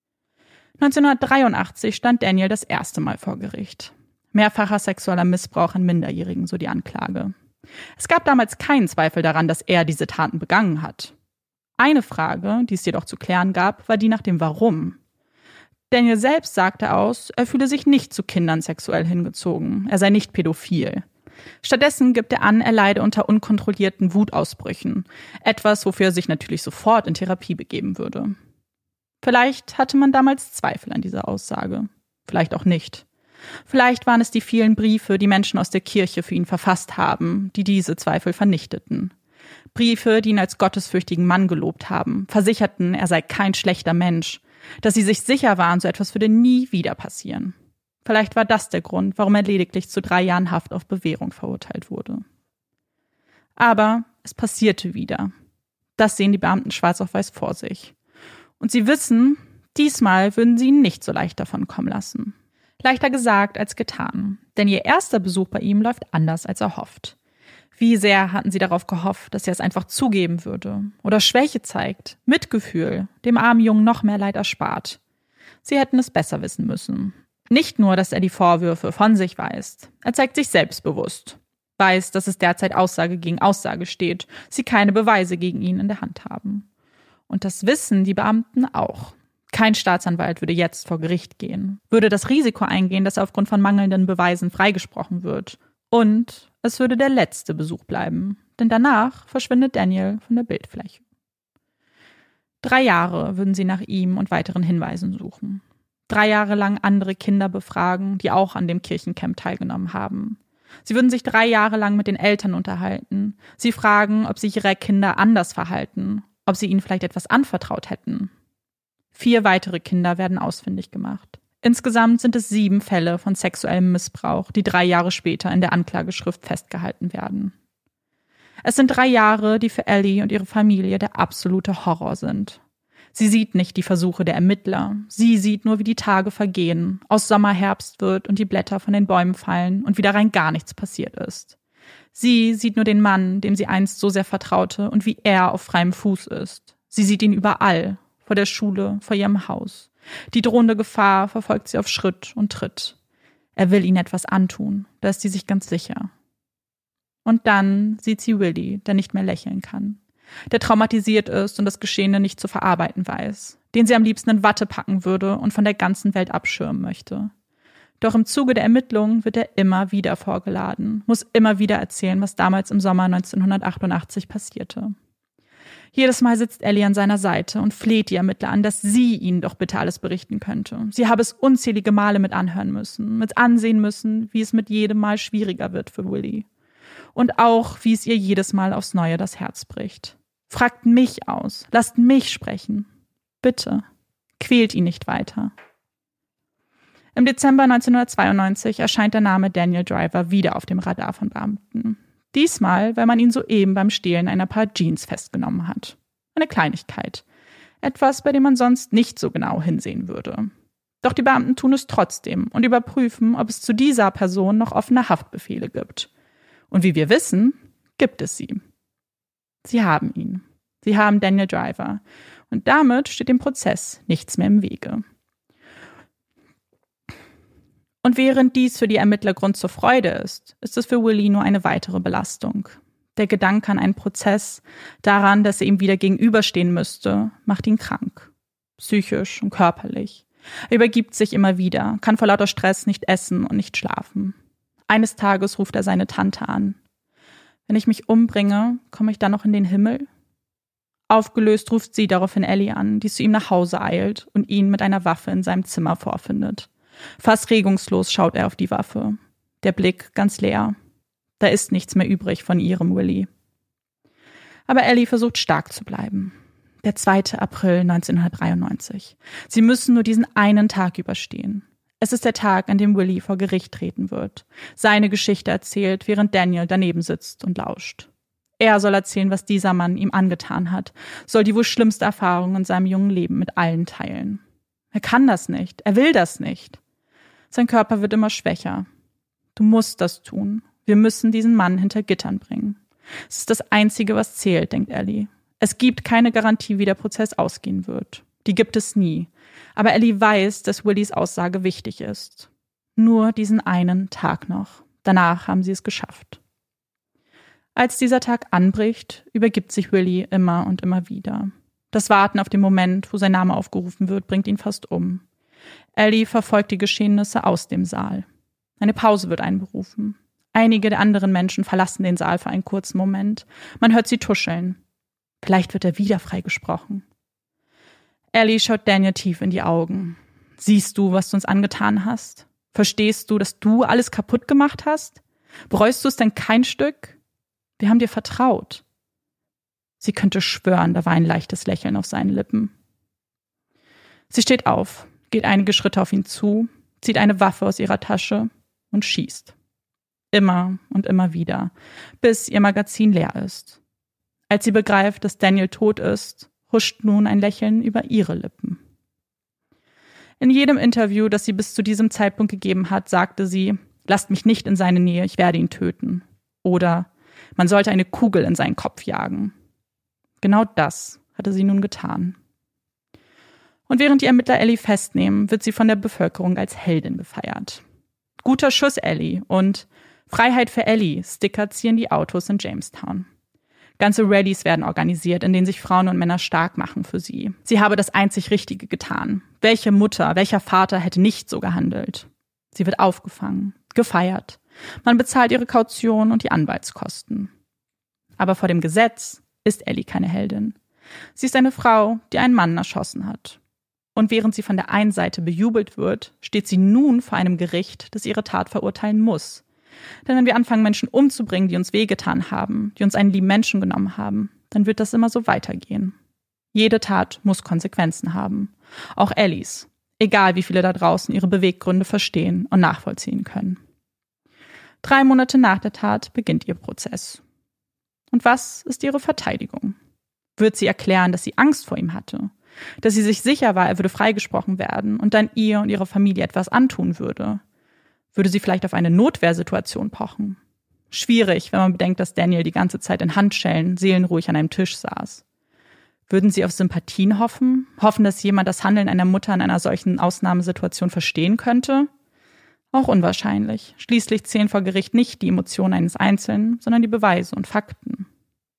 neunzehnhundertdreiundachtzig stand Daniel das erste Mal vor Gericht. Mehrfacher sexueller Missbrauch an Minderjährigen, so die Anklage. Es gab damals keinen Zweifel daran, dass er diese Taten begangen hat. Eine Frage, die es jedoch zu klären gab, war die nach dem Warum. Daniel selbst sagte aus, er fühle sich nicht zu Kindern sexuell hingezogen, er sei nicht pädophil. Stattdessen gibt er an, er leide unter unkontrollierten Wutausbrüchen, etwas, wofür er sich natürlich sofort in Therapie begeben würde. Vielleicht hatte man damals Zweifel an dieser Aussage, vielleicht auch nicht. Vielleicht waren es die vielen Briefe, die Menschen aus der Kirche für ihn verfasst haben, die diese Zweifel vernichteten. Briefe, die ihn als gottesfürchtigen Mann gelobt haben, versicherten, er sei kein schlechter Mensch, dass sie sich sicher waren, so etwas würde nie wieder passieren. Vielleicht war das der Grund, warum er lediglich zu drei Jahren Haft auf Bewährung verurteilt wurde. Aber es passierte wieder. Das sehen die Beamten schwarz auf weiß vor sich. Und sie wissen, diesmal würden sie ihn nicht so leicht davon kommen lassen. Leichter gesagt als getan, denn ihr erster Besuch bei ihm läuft anders als erhofft. Wie sehr hatten sie darauf gehofft, dass er es einfach zugeben würde oder Schwäche zeigt, Mitgefühl, dem armen Jungen noch mehr Leid erspart. Sie hätten es besser wissen müssen. Nicht nur, dass er die Vorwürfe von sich weist, er zeigt sich selbstbewusst, weiß, dass es derzeit Aussage gegen Aussage steht, sie keine Beweise gegen ihn in der Hand haben. Und das wissen die Beamten auch. Kein Staatsanwalt würde jetzt vor Gericht gehen, würde das Risiko eingehen, dass er aufgrund von mangelnden Beweisen freigesprochen wird. Und es würde der letzte Besuch bleiben, denn danach verschwindet Daniel von der Bildfläche. Drei Jahre würden sie nach ihm und weiteren Hinweisen suchen. Drei Jahre lang andere Kinder befragen, die auch an dem Kirchencamp teilgenommen haben. Sie würden sich drei Jahre lang mit den Eltern unterhalten. Sie fragen, ob sich ihre Kinder anders verhalten, ob sie ihnen vielleicht etwas anvertraut hätten. Vier weitere Kinder werden ausfindig gemacht. Insgesamt sind es sieben Fälle von sexuellem Missbrauch, die drei Jahre später in der Anklageschrift festgehalten werden. Es sind drei Jahre, die für Ellie und ihre Familie der absolute Horror sind. Sie sieht nicht die Versuche der Ermittler. Sie sieht nur, wie die Tage vergehen, aus Sommer Herbst wird und die Blätter von den Bäumen fallen und wieder rein gar nichts passiert ist. Sie sieht nur den Mann, dem sie einst so sehr vertraute und wie er auf freiem Fuß ist. Sie sieht ihn überall, vor der Schule, vor ihrem Haus. Die drohende Gefahr verfolgt sie auf Schritt und Tritt. Er will ihnen etwas antun, da ist sie sich ganz sicher. Und dann sieht sie Willie, der nicht mehr lächeln kann, der traumatisiert ist und das Geschehene nicht zu verarbeiten weiß, den sie am liebsten in Watte packen würde und von der ganzen Welt abschirmen möchte. Doch im Zuge der Ermittlungen wird er immer wieder vorgeladen, muss immer wieder erzählen, was damals im Sommer neunzehnhundertachtundachtzig passierte. Jedes Mal sitzt Ellie an seiner Seite und fleht die Ermittler an, dass sie ihnen doch bitte alles berichten könnte. Sie habe es unzählige Male mit anhören müssen, mit ansehen müssen, wie es mit jedem Mal schwieriger wird für Willie. Und auch, wie es ihr jedes Mal aufs Neue das Herz bricht. Fragt mich aus, lasst mich sprechen. Bitte, quält ihn nicht weiter. Im Dezember neunzehnhundertzweiundneunzig erscheint der Name Daniel Driver wieder auf dem Radar von Beamten. Diesmal, weil man ihn soeben beim Stehlen einer Paar Jeans festgenommen hat. Eine Kleinigkeit. Etwas, bei dem man sonst nicht so genau hinsehen würde. Doch die Beamten tun es trotzdem und überprüfen, ob es zu dieser Person noch offene Haftbefehle gibt. Und wie wir wissen, gibt es sie. Sie haben ihn. Sie haben Daniel Driver. Und damit steht dem Prozess nichts mehr im Wege. Und während dies für die Ermittler Grund zur Freude ist, ist es für Willie nur eine weitere Belastung. Der Gedanke an einen Prozess, daran, dass er ihm wieder gegenüberstehen müsste, macht ihn krank. Psychisch und körperlich. Er übergibt sich immer wieder, kann vor lauter Stress nicht essen und nicht schlafen. Eines Tages ruft er seine Tante an. Wenn ich mich umbringe, komme ich dann noch in den Himmel? Aufgelöst ruft sie daraufhin Ellie an, die zu ihm nach Hause eilt und ihn mit einer Waffe in seinem Zimmer vorfindet. Fast regungslos schaut er auf die Waffe. Der Blick ganz leer. Da ist nichts mehr übrig von ihrem Willie. Aber Ellie versucht stark zu bleiben. Der zweite April neunzehnhundertdreiundneunzig. Sie müssen nur diesen einen Tag überstehen. Es ist der Tag, an dem Willie vor Gericht treten wird. Seine Geschichte erzählt, während Daniel daneben sitzt und lauscht. Er soll erzählen, was dieser Mann ihm angetan hat, soll die wohl schlimmste Erfahrung in seinem jungen Leben mit allen teilen. Er kann das nicht, er will das nicht. Sein Körper wird immer schwächer. Du musst das tun. Wir müssen diesen Mann hinter Gittern bringen. Es ist das Einzige, was zählt, denkt Ellie. Es gibt keine Garantie, wie der Prozess ausgehen wird. Die gibt es nie. Aber Ellie weiß, dass Willies Aussage wichtig ist. Nur diesen einen Tag noch. Danach haben sie es geschafft. Als dieser Tag anbricht, übergibt sich Willie immer und immer wieder. Das Warten auf den Moment, wo sein Name aufgerufen wird, bringt ihn fast um. Ellie verfolgt die Geschehnisse aus dem Saal. Eine Pause wird einberufen. Einige der anderen Menschen verlassen den Saal für einen kurzen Moment. Man hört sie tuscheln. Vielleicht wird er wieder freigesprochen. Ellie schaut Daniel tief in die Augen. Siehst du, was du uns angetan hast? Verstehst du, dass du alles kaputt gemacht hast? Bereust du es denn kein Stück? Wir haben dir vertraut. Sie könnte schwören, da war ein leichtes Lächeln auf seinen Lippen. Sie steht auf, geht einige Schritte auf ihn zu, zieht eine Waffe aus ihrer Tasche und schießt. Immer und immer wieder, bis ihr Magazin leer ist. Als sie begreift, dass Daniel tot ist, huscht nun ein Lächeln über ihre Lippen. In jedem Interview, das sie bis zu diesem Zeitpunkt gegeben hat, sagte sie, lasst mich nicht in seine Nähe, ich werde ihn töten. Oder man sollte eine Kugel in seinen Kopf jagen. Genau das hatte sie nun getan. Und während die Ermittler Ellie festnehmen, wird sie von der Bevölkerung als Heldin gefeiert. Guter Schuss, Ellie, und Freiheit für Ellie stickert sie in die Autos in Jamestown. Ganze Rallyes werden organisiert, in denen sich Frauen und Männer stark machen für sie. Sie habe das einzig Richtige getan. Welche Mutter, welcher Vater hätte nicht so gehandelt? Sie wird aufgefangen, gefeiert. Man bezahlt ihre Kaution und die Anwaltskosten. Aber vor dem Gesetz ist Ellie keine Heldin. Sie ist eine Frau, die einen Mann erschossen hat. Und während sie von der einen Seite bejubelt wird, steht sie nun vor einem Gericht, das ihre Tat verurteilen muss. Denn wenn wir anfangen, Menschen umzubringen, die uns wehgetan haben, die uns einen lieben Menschen genommen haben, dann wird das immer so weitergehen. Jede Tat muss Konsequenzen haben. Auch Ellies. Egal, wie viele da draußen ihre Beweggründe verstehen und nachvollziehen können. Drei Monate nach der Tat beginnt ihr Prozess. Und was ist ihre Verteidigung? Wird sie erklären, dass sie Angst vor ihm hatte? Dass sie sich sicher war, er würde freigesprochen werden und dann ihr und ihrer Familie etwas antun würde? Würde sie vielleicht auf eine Notwehrsituation pochen? Schwierig, wenn man bedenkt, dass Daniel die ganze Zeit in Handschellen seelenruhig an einem Tisch saß. Würden sie auf Sympathien hoffen? Hoffen, dass jemand das Handeln einer Mutter in einer solchen Ausnahmesituation verstehen könnte? Auch unwahrscheinlich. Schließlich zählen vor Gericht nicht die Emotionen eines Einzelnen, sondern die Beweise und Fakten.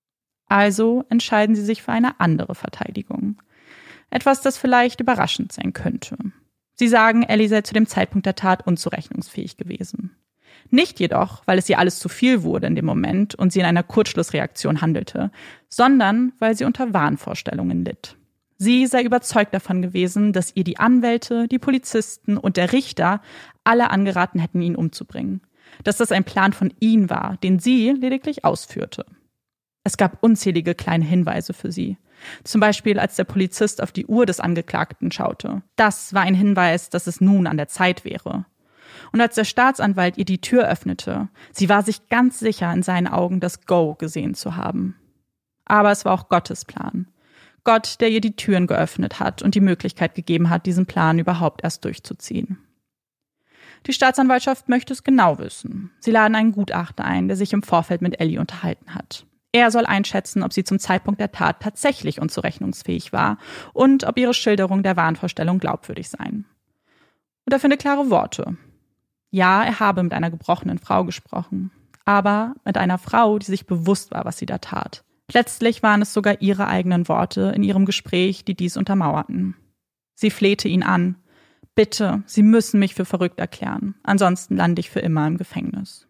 Also entscheiden sie sich für eine andere Verteidigung. Etwas, das vielleicht überraschend sein könnte. Sie sagen, Ellie sei zu dem Zeitpunkt der Tat unzurechnungsfähig gewesen. Nicht jedoch, weil es ihr alles zu viel wurde in dem Moment und sie in einer Kurzschlussreaktion handelte, sondern weil sie unter Wahnvorstellungen litt. Sie sei überzeugt davon gewesen, dass ihr die Anwälte, die Polizisten und der Richter alle angeraten hätten, ihn umzubringen. Dass das ein Plan von ihnen war, den sie lediglich ausführte. Es gab unzählige kleine Hinweise für sie. Zum Beispiel, als der Polizist auf die Uhr des Angeklagten schaute. Das war ein Hinweis, dass es nun an der Zeit wäre. Und als der Staatsanwalt ihr die Tür öffnete, sie war sich ganz sicher, in seinen Augen das Go gesehen zu haben. Aber es war auch Gottes Plan. Gott, der ihr die Türen geöffnet hat und die Möglichkeit gegeben hat, diesen Plan überhaupt erst durchzuziehen. Die Staatsanwaltschaft möchte es genau wissen. Sie laden einen Gutachter ein, der sich im Vorfeld mit Ellie unterhalten hat. Er soll einschätzen, ob sie zum Zeitpunkt der Tat tatsächlich unzurechnungsfähig war und ob ihre Schilderung der Wahnvorstellung glaubwürdig seien. Und er findet klare Worte. Ja, er habe mit einer gebrochenen Frau gesprochen, aber mit einer Frau, die sich bewusst war, was sie da tat. Letztlich waren es sogar ihre eigenen Worte in ihrem Gespräch, die dies untermauerten. Sie flehte ihn an. Bitte, Sie müssen mich für verrückt erklären, ansonsten lande ich für immer im Gefängnis.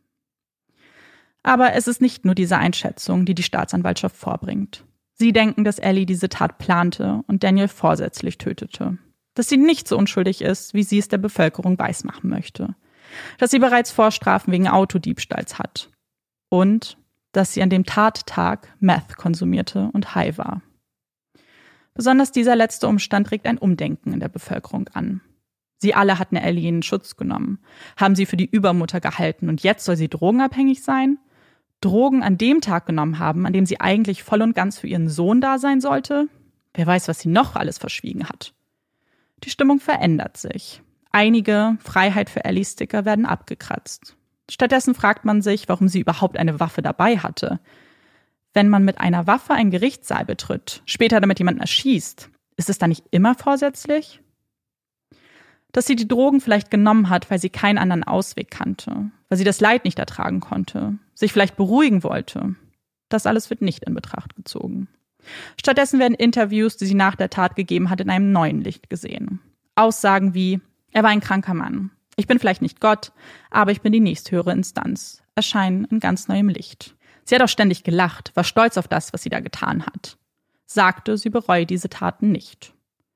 Aber es ist nicht nur diese Einschätzung, die die Staatsanwaltschaft vorbringt. Sie denken, dass Ellie diese Tat plante und Daniel vorsätzlich tötete. Dass sie nicht so unschuldig ist, wie sie es der Bevölkerung weismachen möchte. Dass sie bereits Vorstrafen wegen Autodiebstahls hat. Und dass sie an dem Tattag Meth konsumierte und high war. Besonders dieser letzte Umstand regt ein Umdenken in der Bevölkerung an. Sie alle hatten Ellie in Schutz genommen, haben sie für die Übermutter gehalten und jetzt soll sie drogenabhängig sein? Drogen an dem Tag genommen haben, an dem sie eigentlich voll und ganz für ihren Sohn da sein sollte? Wer weiß, was sie noch alles verschwiegen hat. Die Stimmung verändert sich. Einige Freiheit für Ellie-Sticker werden abgekratzt. Stattdessen fragt man sich, warum sie überhaupt eine Waffe dabei hatte. Wenn man mit einer Waffe einen Gerichtssaal betritt, später damit jemanden erschießt, ist es dann nicht immer vorsätzlich? Dass sie die Drogen vielleicht genommen hat, weil sie keinen anderen Ausweg kannte, weil sie das Leid nicht ertragen konnte, sich vielleicht beruhigen wollte. Das alles wird nicht in Betracht gezogen. Stattdessen werden Interviews, die sie nach der Tat gegeben hat, in einem neuen Licht gesehen. Aussagen wie, er war ein kranker Mann. Ich bin vielleicht nicht Gott, aber ich bin die nächsthöhere Instanz, erscheinen in ganz neuem Licht. Sie hat auch ständig gelacht, war stolz auf das, was sie da getan hat. Sagte, sie bereue diese Taten nicht.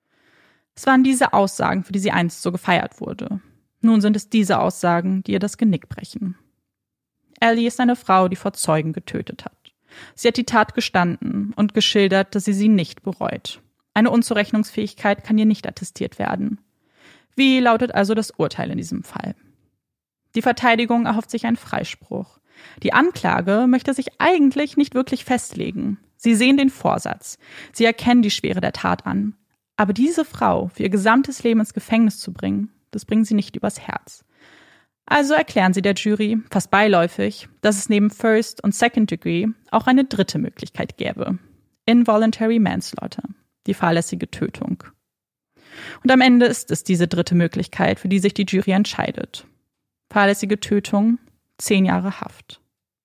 Es waren diese Aussagen, für die sie einst so gefeiert wurde. Nun sind es diese Aussagen, die ihr das Genick brechen. Ellie ist eine Frau, die vor Zeugen getötet hat. Sie hat die Tat gestanden und geschildert, dass sie sie nicht bereut. Eine Unzurechnungsfähigkeit kann ihr nicht attestiert werden. Wie lautet also das Urteil in diesem Fall? Die Verteidigung erhofft sich einen Freispruch. Die Anklage möchte sich eigentlich nicht wirklich festlegen. Sie sehen den Vorsatz. Sie erkennen die Schwere der Tat an. Aber diese Frau für ihr gesamtes Leben ins Gefängnis zu bringen, das bringen sie nicht übers Herz. Also erklären sie der Jury, fast beiläufig, dass es neben First und Second Degree auch eine dritte Möglichkeit gäbe. Involuntary Manslaughter, die fahrlässige Tötung. Und am Ende ist es diese dritte Möglichkeit, für die sich die Jury entscheidet. Fahrlässige Tötung, zehn Jahre Haft.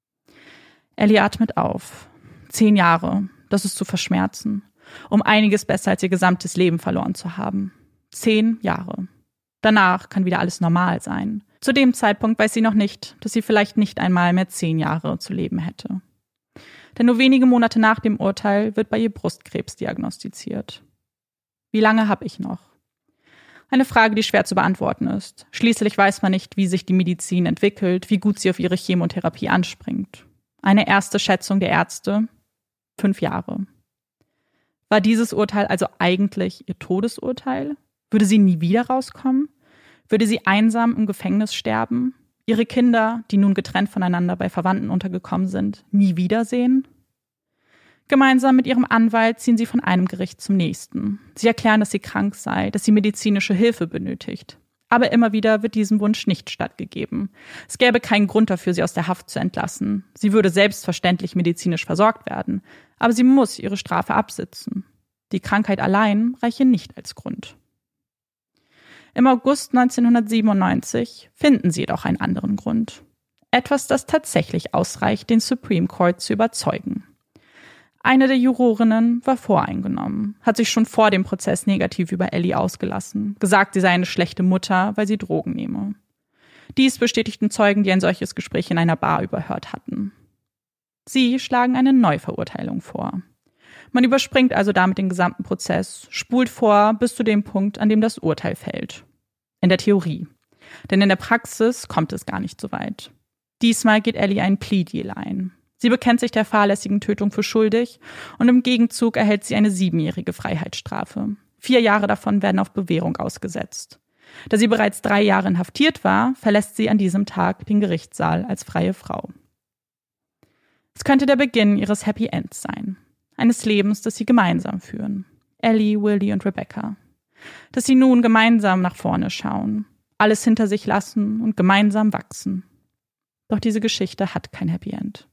Ellie atmet auf. Zehn Jahre, das ist zu verschmerzen. Um einiges besser als ihr gesamtes Leben verloren zu haben. Zehn Jahre. Danach kann wieder alles normal sein. Zu dem Zeitpunkt weiß sie noch nicht, dass sie vielleicht nicht einmal mehr zehn Jahre zu leben hätte. Denn nur wenige Monate nach dem Urteil wird bei ihr Brustkrebs diagnostiziert. Wie lange habe ich noch? Eine Frage, die schwer zu beantworten ist. Schließlich weiß man nicht, wie sich die Medizin entwickelt, wie gut sie auf ihre Chemotherapie anspringt. Eine erste Schätzung der Ärzte: fünf Jahre. War dieses Urteil also eigentlich ihr Todesurteil? Würde sie nie wieder rauskommen? Würde sie einsam im Gefängnis sterben? Ihre Kinder, die nun getrennt voneinander bei Verwandten untergekommen sind, nie wiedersehen? Gemeinsam mit ihrem Anwalt ziehen sie von einem Gericht zum nächsten. Sie erklären, dass sie krank sei, dass sie medizinische Hilfe benötigt. Aber immer wieder wird diesem Wunsch nicht stattgegeben. Es gäbe keinen Grund dafür, sie aus der Haft zu entlassen. Sie würde selbstverständlich medizinisch versorgt werden, aber sie muss ihre Strafe absitzen. Die Krankheit allein reiche nicht als Grund. Im August neunzehnhundertsiebenundneunzig finden sie jedoch einen anderen Grund. Etwas, das tatsächlich ausreicht, den Supreme Court zu überzeugen. Eine der Jurorinnen war voreingenommen, hat sich schon vor dem Prozess negativ über Ellie ausgelassen, gesagt, sie sei eine schlechte Mutter, weil sie Drogen nehme. Dies bestätigten Zeugen, die ein solches Gespräch in einer Bar überhört hatten. Sie schlagen eine Neuverurteilung vor. Man überspringt also damit den gesamten Prozess, spult vor bis zu dem Punkt, an dem das Urteil fällt. In der Theorie. Denn in der Praxis kommt es gar nicht so weit. Diesmal geht Ellie einen Plea-Deal ein. Sie bekennt sich der fahrlässigen Tötung für schuldig und im Gegenzug erhält sie eine siebenjährige Freiheitsstrafe. Vier Jahre davon werden auf Bewährung ausgesetzt. Da sie bereits drei Jahre inhaftiert war, verlässt sie an diesem Tag den Gerichtssaal als freie Frau. Es könnte der Beginn ihres Happy Ends sein. Eines Lebens, das sie gemeinsam führen. Ellie, Willie und Rebecca. Dass sie nun gemeinsam nach vorne schauen, alles hinter sich lassen und gemeinsam wachsen. Doch diese Geschichte hat kein Happy End.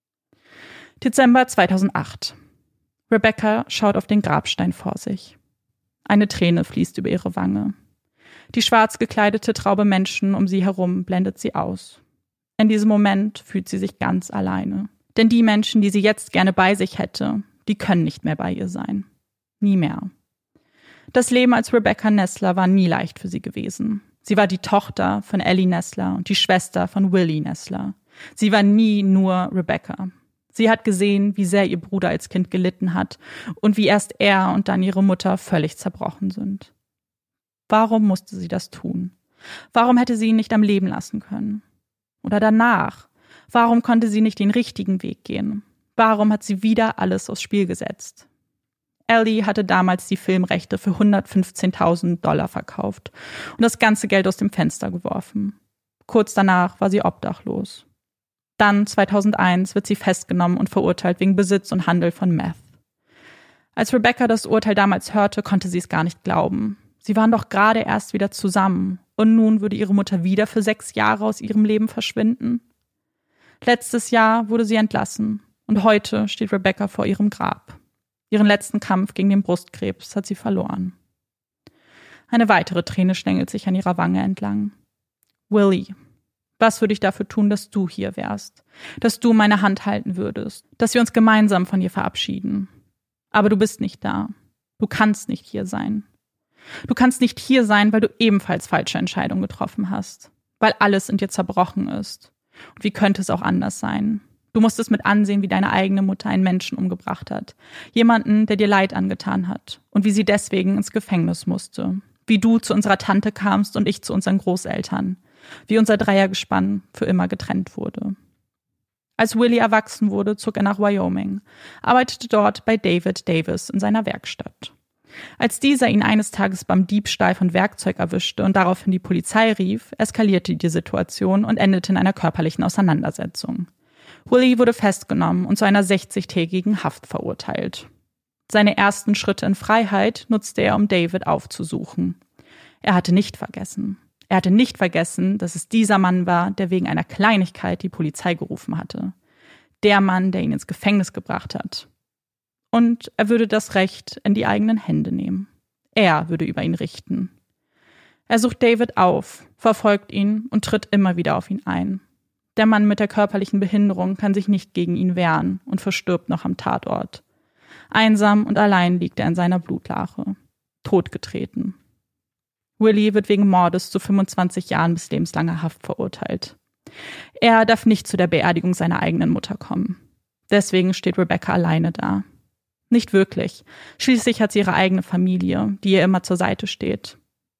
Dezember zweitausendacht. Rebecca schaut auf den Grabstein vor sich. Eine Träne fließt über ihre Wange. Die schwarz gekleidete Traube Menschen um sie herum blendet sie aus. In diesem Moment fühlt sie sich ganz alleine. Denn die Menschen, die sie jetzt gerne bei sich hätte, die können nicht mehr bei ihr sein. Nie mehr. Das Leben als Rebecca Nessler war nie leicht für sie gewesen. Sie war die Tochter von Ellie Nessler und die Schwester von Willie Nessler. Sie war nie nur Rebecca. Sie hat gesehen, wie sehr ihr Bruder als Kind gelitten hat und wie erst er und dann ihre Mutter völlig zerbrochen sind. Warum musste sie das tun? Warum hätte sie ihn nicht am Leben lassen können? Oder danach? Warum konnte sie nicht den richtigen Weg gehen? Warum hat sie wieder alles aufs Spiel gesetzt? Ellie hatte damals die Filmrechte für hundertfünfzehntausend Dollar verkauft und das ganze Geld aus dem Fenster geworfen. Kurz danach war sie obdachlos. Dann, zweitausendeins, wird sie festgenommen und verurteilt wegen Besitz und Handel von Meth. Als Rebecca das Urteil damals hörte, konnte sie es gar nicht glauben. Sie waren doch gerade erst wieder zusammen und nun würde ihre Mutter wieder für sechs Jahre aus ihrem Leben verschwinden. Letztes Jahr wurde sie entlassen und heute steht Rebecca vor ihrem Grab. Ihren letzten Kampf gegen den Brustkrebs hat sie verloren. Eine weitere Träne schlängelt sich an ihrer Wange entlang. Willie. Was würde ich dafür tun, dass du hier wärst? Dass du meine Hand halten würdest? Dass wir uns gemeinsam von ihr verabschieden? Aber du bist nicht da. Du kannst nicht hier sein. Du kannst nicht hier sein, weil du ebenfalls falsche Entscheidungen getroffen hast. Weil alles in dir zerbrochen ist. Und wie könnte es auch anders sein? Du musstest mit ansehen, wie deine eigene Mutter einen Menschen umgebracht hat. Jemanden, der dir Leid angetan hat. Und wie sie deswegen ins Gefängnis musste. Wie du zu unserer Tante kamst und ich zu unseren Großeltern. Wie unser Dreiergespann für immer getrennt wurde. Als Willie erwachsen wurde, zog er nach Wyoming, arbeitete dort bei David Davis in seiner Werkstatt. Als dieser ihn eines Tages beim Diebstahl von Werkzeug erwischte und daraufhin die Polizei rief, eskalierte die Situation und endete in einer körperlichen Auseinandersetzung. Willie wurde festgenommen und zu einer sechzigtägigen Haft verurteilt. Seine ersten Schritte in Freiheit nutzte er, um David aufzusuchen. Er hatte nicht vergessen. Er hatte nicht vergessen, dass es dieser Mann war, der wegen einer Kleinigkeit die Polizei gerufen hatte. Der Mann, der ihn ins Gefängnis gebracht hat. Und er würde das Recht in die eigenen Hände nehmen. Er würde über ihn richten. Er sucht David auf, verfolgt ihn und tritt immer wieder auf ihn ein. Der Mann mit der körperlichen Behinderung kann sich nicht gegen ihn wehren und verstirbt noch am Tatort. Einsam und allein liegt er in seiner Blutlache. Totgetreten. Willie wird wegen Mordes zu fünfundzwanzig Jahren bis lebenslanger Haft verurteilt. Er darf nicht zu der Beerdigung seiner eigenen Mutter kommen. Deswegen steht Rebecca alleine da. Nicht wirklich. Schließlich hat sie ihre eigene Familie, die ihr immer zur Seite steht.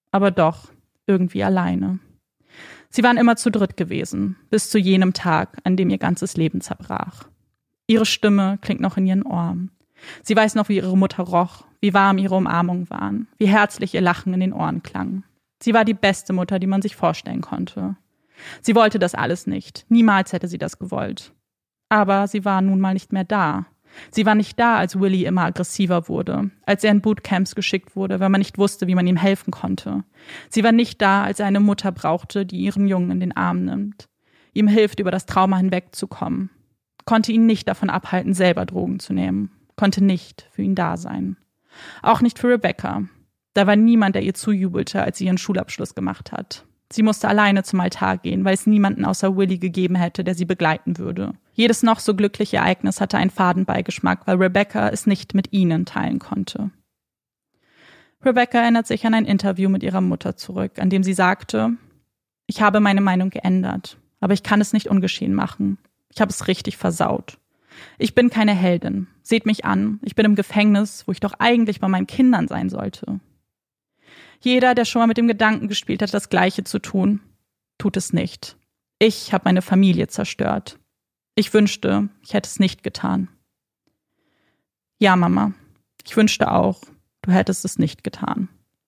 aber doch irgendwie alleine. Sie waren immer zu dritt gewesen, bis zu jenem Tag, an dem ihr ganzes Leben zerbrach. Ihre Stimme klingt noch in ihren Ohren. Sie weiß noch, wie ihre Mutter roch, wie warm ihre Umarmungen waren, wie herzlich ihr Lachen in den Ohren klang. Sie war die beste Mutter, die man sich vorstellen konnte. Sie wollte das alles nicht. Niemals hätte sie das gewollt. Aber sie war nun mal nicht mehr da. Sie war nicht da, als Willie immer aggressiver wurde, als er in Bootcamps geschickt wurde, weil man nicht wusste, wie man ihm helfen konnte. Sie war nicht da, als er eine Mutter brauchte, die ihren Jungen in den Arm nimmt, ihm hilft, über das Trauma hinwegzukommen, konnte ihn nicht davon abhalten, selber Drogen zu nehmen, konnte nicht für ihn da sein. Auch nicht für Rebecca. Da war niemand, der ihr zujubelte, als sie ihren Schulabschluss gemacht hat. Sie musste alleine zum Altar gehen, weil es niemanden außer Willie gegeben hätte, der sie begleiten würde. Jedes noch so glückliche Ereignis hatte einen faden Beigeschmack, weil Rebecca es nicht mit ihnen teilen konnte. Rebecca erinnert sich an ein Interview mit ihrer Mutter zurück, an dem sie sagte: Ich habe meine Meinung geändert, aber ich kann es nicht ungeschehen machen. Ich habe es richtig versaut. Ich bin keine Heldin. Seht mich an. Ich bin im Gefängnis, wo ich doch eigentlich bei meinen Kindern sein sollte. Jeder, der schon mal mit dem Gedanken gespielt hat, das Gleiche zu tun, tut es nicht. Ich habe meine Familie zerstört. Ich wünschte, ich hätte es nicht getan. Ja, Mama, ich wünschte auch, du hättest es nicht getan.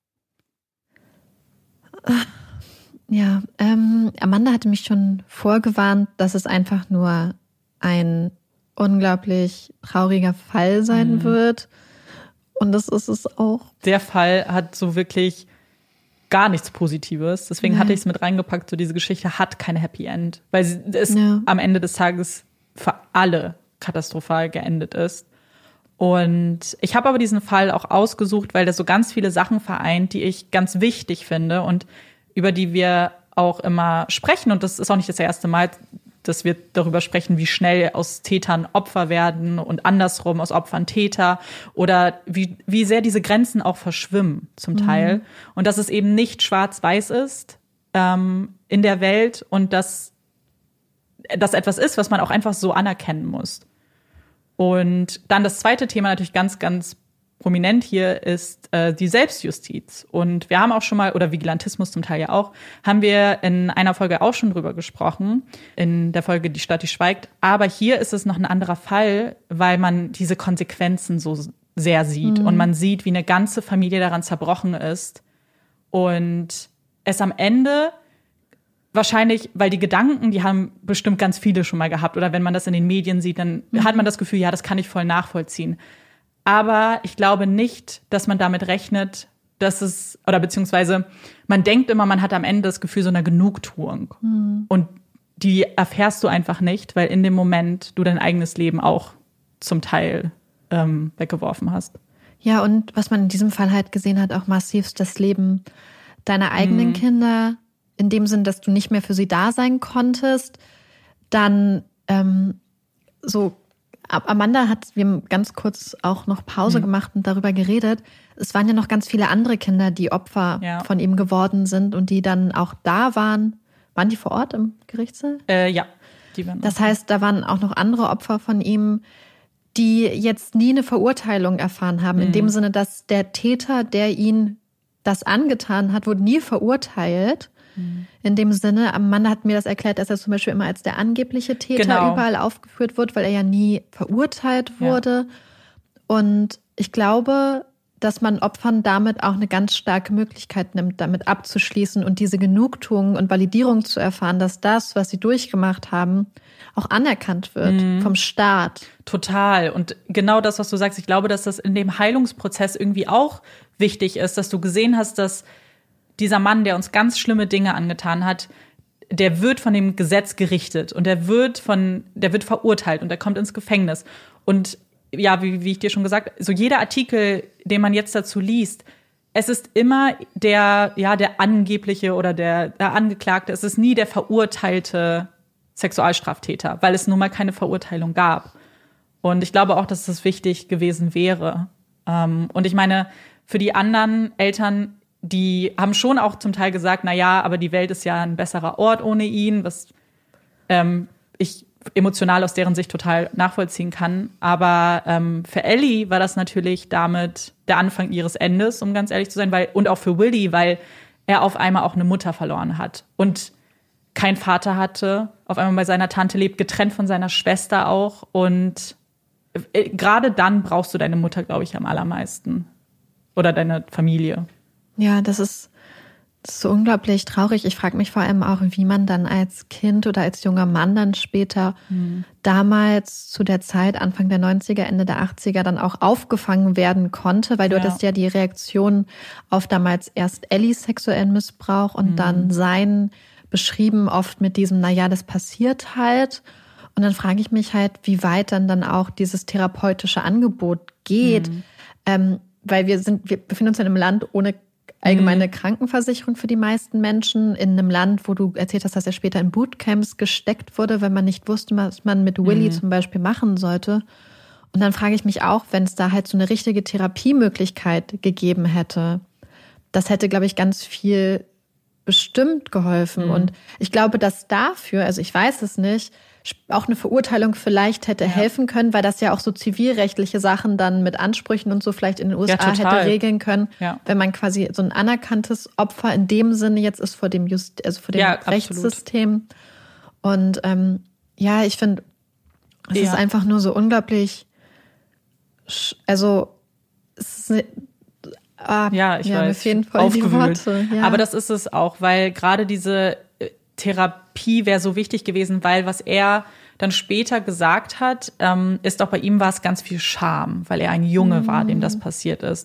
Ja, ähm, Amanda hatte mich schon vorgewarnt, dass es einfach nur ein unglaublich trauriger Fall sein mhm. wird. Und das ist es auch. Der Fall hat so wirklich gar nichts Positives. Deswegen ja. hatte ich es mit reingepackt, so diese Geschichte hat kein Happy End. Weil es ja. am Ende des Tages für alle katastrophal geendet ist. Und ich habe aber diesen Fall auch ausgesucht, weil der so ganz viele Sachen vereint, die ich ganz wichtig finde und über die wir auch immer sprechen. Und das ist auch nicht das erste Mal, dass wir darüber sprechen, wie schnell aus Tätern Opfer werden und andersrum aus Opfern Täter oder wie, wie sehr diese Grenzen auch verschwimmen zum Teil. Mhm. Und dass es eben nicht schwarz-weiß ist ähm, in der Welt und dass das etwas ist, was man auch einfach so anerkennen muss. Und dann das zweite Thema natürlich ganz, ganz prominent hier ist äh, die Selbstjustiz. Und wir haben auch schon mal, oder Vigilantismus zum Teil ja auch, haben wir in einer Folge auch schon drüber gesprochen, in der Folge Die Stadt, die schweigt. Aber hier ist es noch ein anderer Fall, weil man diese Konsequenzen so sehr sieht. Mhm. Und man sieht, wie eine ganze Familie daran zerbrochen ist. Und es am Ende wahrscheinlich, weil die Gedanken, die haben bestimmt ganz viele schon mal gehabt. Oder wenn man das in den Medien sieht, dann mhm. hat man das Gefühl, ja, das kann ich voll nachvollziehen. Aber ich glaube nicht, dass man damit rechnet, dass es, oder beziehungsweise man denkt immer, man hat am Ende das Gefühl so einer Genugtuung. Mhm. Und die erfährst du einfach nicht, weil in dem Moment du dein eigenes Leben auch zum Teil ähm, weggeworfen hast. Ja, und was man in diesem Fall halt gesehen hat, auch massiv das Leben deiner eigenen mhm. Kinder, in dem Sinn, dass du nicht mehr für sie da sein konntest. Dann ähm, so Amanda hat, wir haben ganz kurz auch noch Pause mhm. gemacht und darüber geredet. Es waren ja noch ganz viele andere Kinder, die Opfer ja. von ihm geworden sind und die dann auch da waren. Waren die vor Ort im Gerichtssaal? Äh, ja, die waren. Das heißt, da waren auch noch andere Opfer von ihm, die jetzt nie eine Verurteilung erfahren haben. Mhm. In dem Sinne, dass der Täter, der ihn das angetan hat, wurde nie verurteilt. Mhm. In dem Sinne, Amanda hat mir das erklärt, dass er zum Beispiel immer als der angebliche Täter genau. überall aufgeführt wird, weil er ja nie verurteilt wurde. Ja. Und ich glaube, dass man Opfern damit auch eine ganz starke Möglichkeit nimmt, damit abzuschließen und diese Genugtuung und Validierung zu erfahren, dass das, was sie durchgemacht haben, auch anerkannt wird mhm. vom Staat. Total. Und genau das, was du sagst, ich glaube, dass das in dem Heilungsprozess irgendwie auch wichtig ist, dass du gesehen hast, dass dieser Mann, der uns ganz schlimme Dinge angetan hat, der wird von dem Gesetz gerichtet und der wird von, der wird verurteilt und der kommt ins Gefängnis. Und ja, wie, wie ich dir schon gesagt, so jeder Artikel, den man jetzt dazu liest, es ist immer der, ja, der angebliche oder der, der Angeklagte, es ist nie der verurteilte Sexualstraftäter, weil es nun mal keine Verurteilung gab. Und ich glaube auch, dass das wichtig gewesen wäre. Und ich meine, für die anderen Eltern, die haben schon auch zum Teil gesagt, na ja, aber die Welt ist ja ein besserer Ort ohne ihn, was ähm, ich emotional aus deren Sicht total nachvollziehen kann. Aber ähm, für Ellie war das natürlich damit der Anfang ihres Endes, um ganz ehrlich zu sein, weil und auch für Willie, weil er auf einmal auch eine Mutter verloren hat und keinen Vater hatte, auf einmal bei seiner Tante lebt, getrennt von seiner Schwester auch. Und äh, gerade dann brauchst du deine Mutter, glaube ich, am allermeisten. Oder deine Familie. Ja, das ist, das ist so unglaublich traurig. Ich frage mich vor allem auch, wie man dann als Kind oder als junger Mann dann später mhm. damals zu der Zeit, Anfang der neunziger, Ende der achtziger, dann auch aufgefangen werden konnte, weil du ja. hattest ja die Reaktion auf damals erst Ellies sexuellen Missbrauch und mhm. dann seinen beschrieben, oft mit diesem, naja, das passiert halt. Und dann frage ich mich halt, wie weit dann dann auch dieses therapeutische Angebot geht. Mhm. Ähm, weil wir sind, wir befinden uns in einem Land ohne allgemeine mhm. Krankenversicherung für die meisten Menschen. In einem Land, wo du erzählt hast, dass er später in Bootcamps gesteckt wurde, weil man nicht wusste, was man mit Willy mhm. zum Beispiel machen sollte. Und dann frage ich mich auch, wenn es da halt so eine richtige Therapiemöglichkeit gegeben hätte, das hätte, glaube ich, ganz viel bestimmt geholfen. Mhm. Und ich glaube, dass dafür, also ich weiß es nicht, auch eine Verurteilung vielleicht hätte ja. helfen können, weil das ja auch so zivilrechtliche Sachen dann mit Ansprüchen und so vielleicht in den U S A ja, hätte regeln können, ja. wenn man quasi so ein anerkanntes Opfer in dem Sinne jetzt ist vor dem Just, also vor dem ja, Rechtssystem. Und ähm, ja, ich finde, es ja. ist einfach nur so unglaublich, also es ist Ah, ja, ich ja, weiß. Mir fehlen voll die Worte. Ja. Aber das ist es auch, weil gerade diese Therapie wäre so wichtig gewesen, weil was er dann später gesagt hat, ähm, ist auch bei ihm war es ganz viel Scham, weil er ein Junge mhm. war, dem das passiert ist.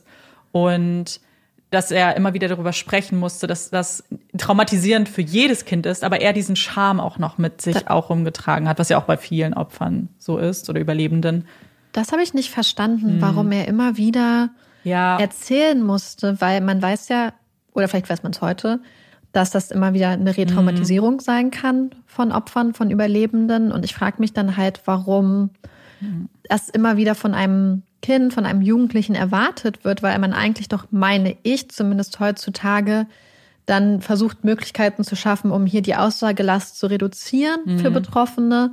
Und dass er immer wieder darüber sprechen musste, dass das traumatisierend für jedes Kind ist, aber er diesen Scham auch noch mit sich das auch rumgetragen hat, was ja auch bei vielen Opfern so ist oder Überlebenden. Das habe ich nicht verstanden, mhm. warum er immer wieder ja. erzählen musste, weil man weiß ja, oder vielleicht weiß man es heute, dass das immer wieder eine Retraumatisierung mhm. sein kann von Opfern, von Überlebenden. Und ich frage mich dann halt, warum mhm. das immer wieder von einem Kind, von einem Jugendlichen erwartet wird, weil man eigentlich doch, meine ich, zumindest heutzutage, dann versucht, Möglichkeiten zu schaffen, um hier die Aussagelast zu reduzieren mhm. für Betroffene.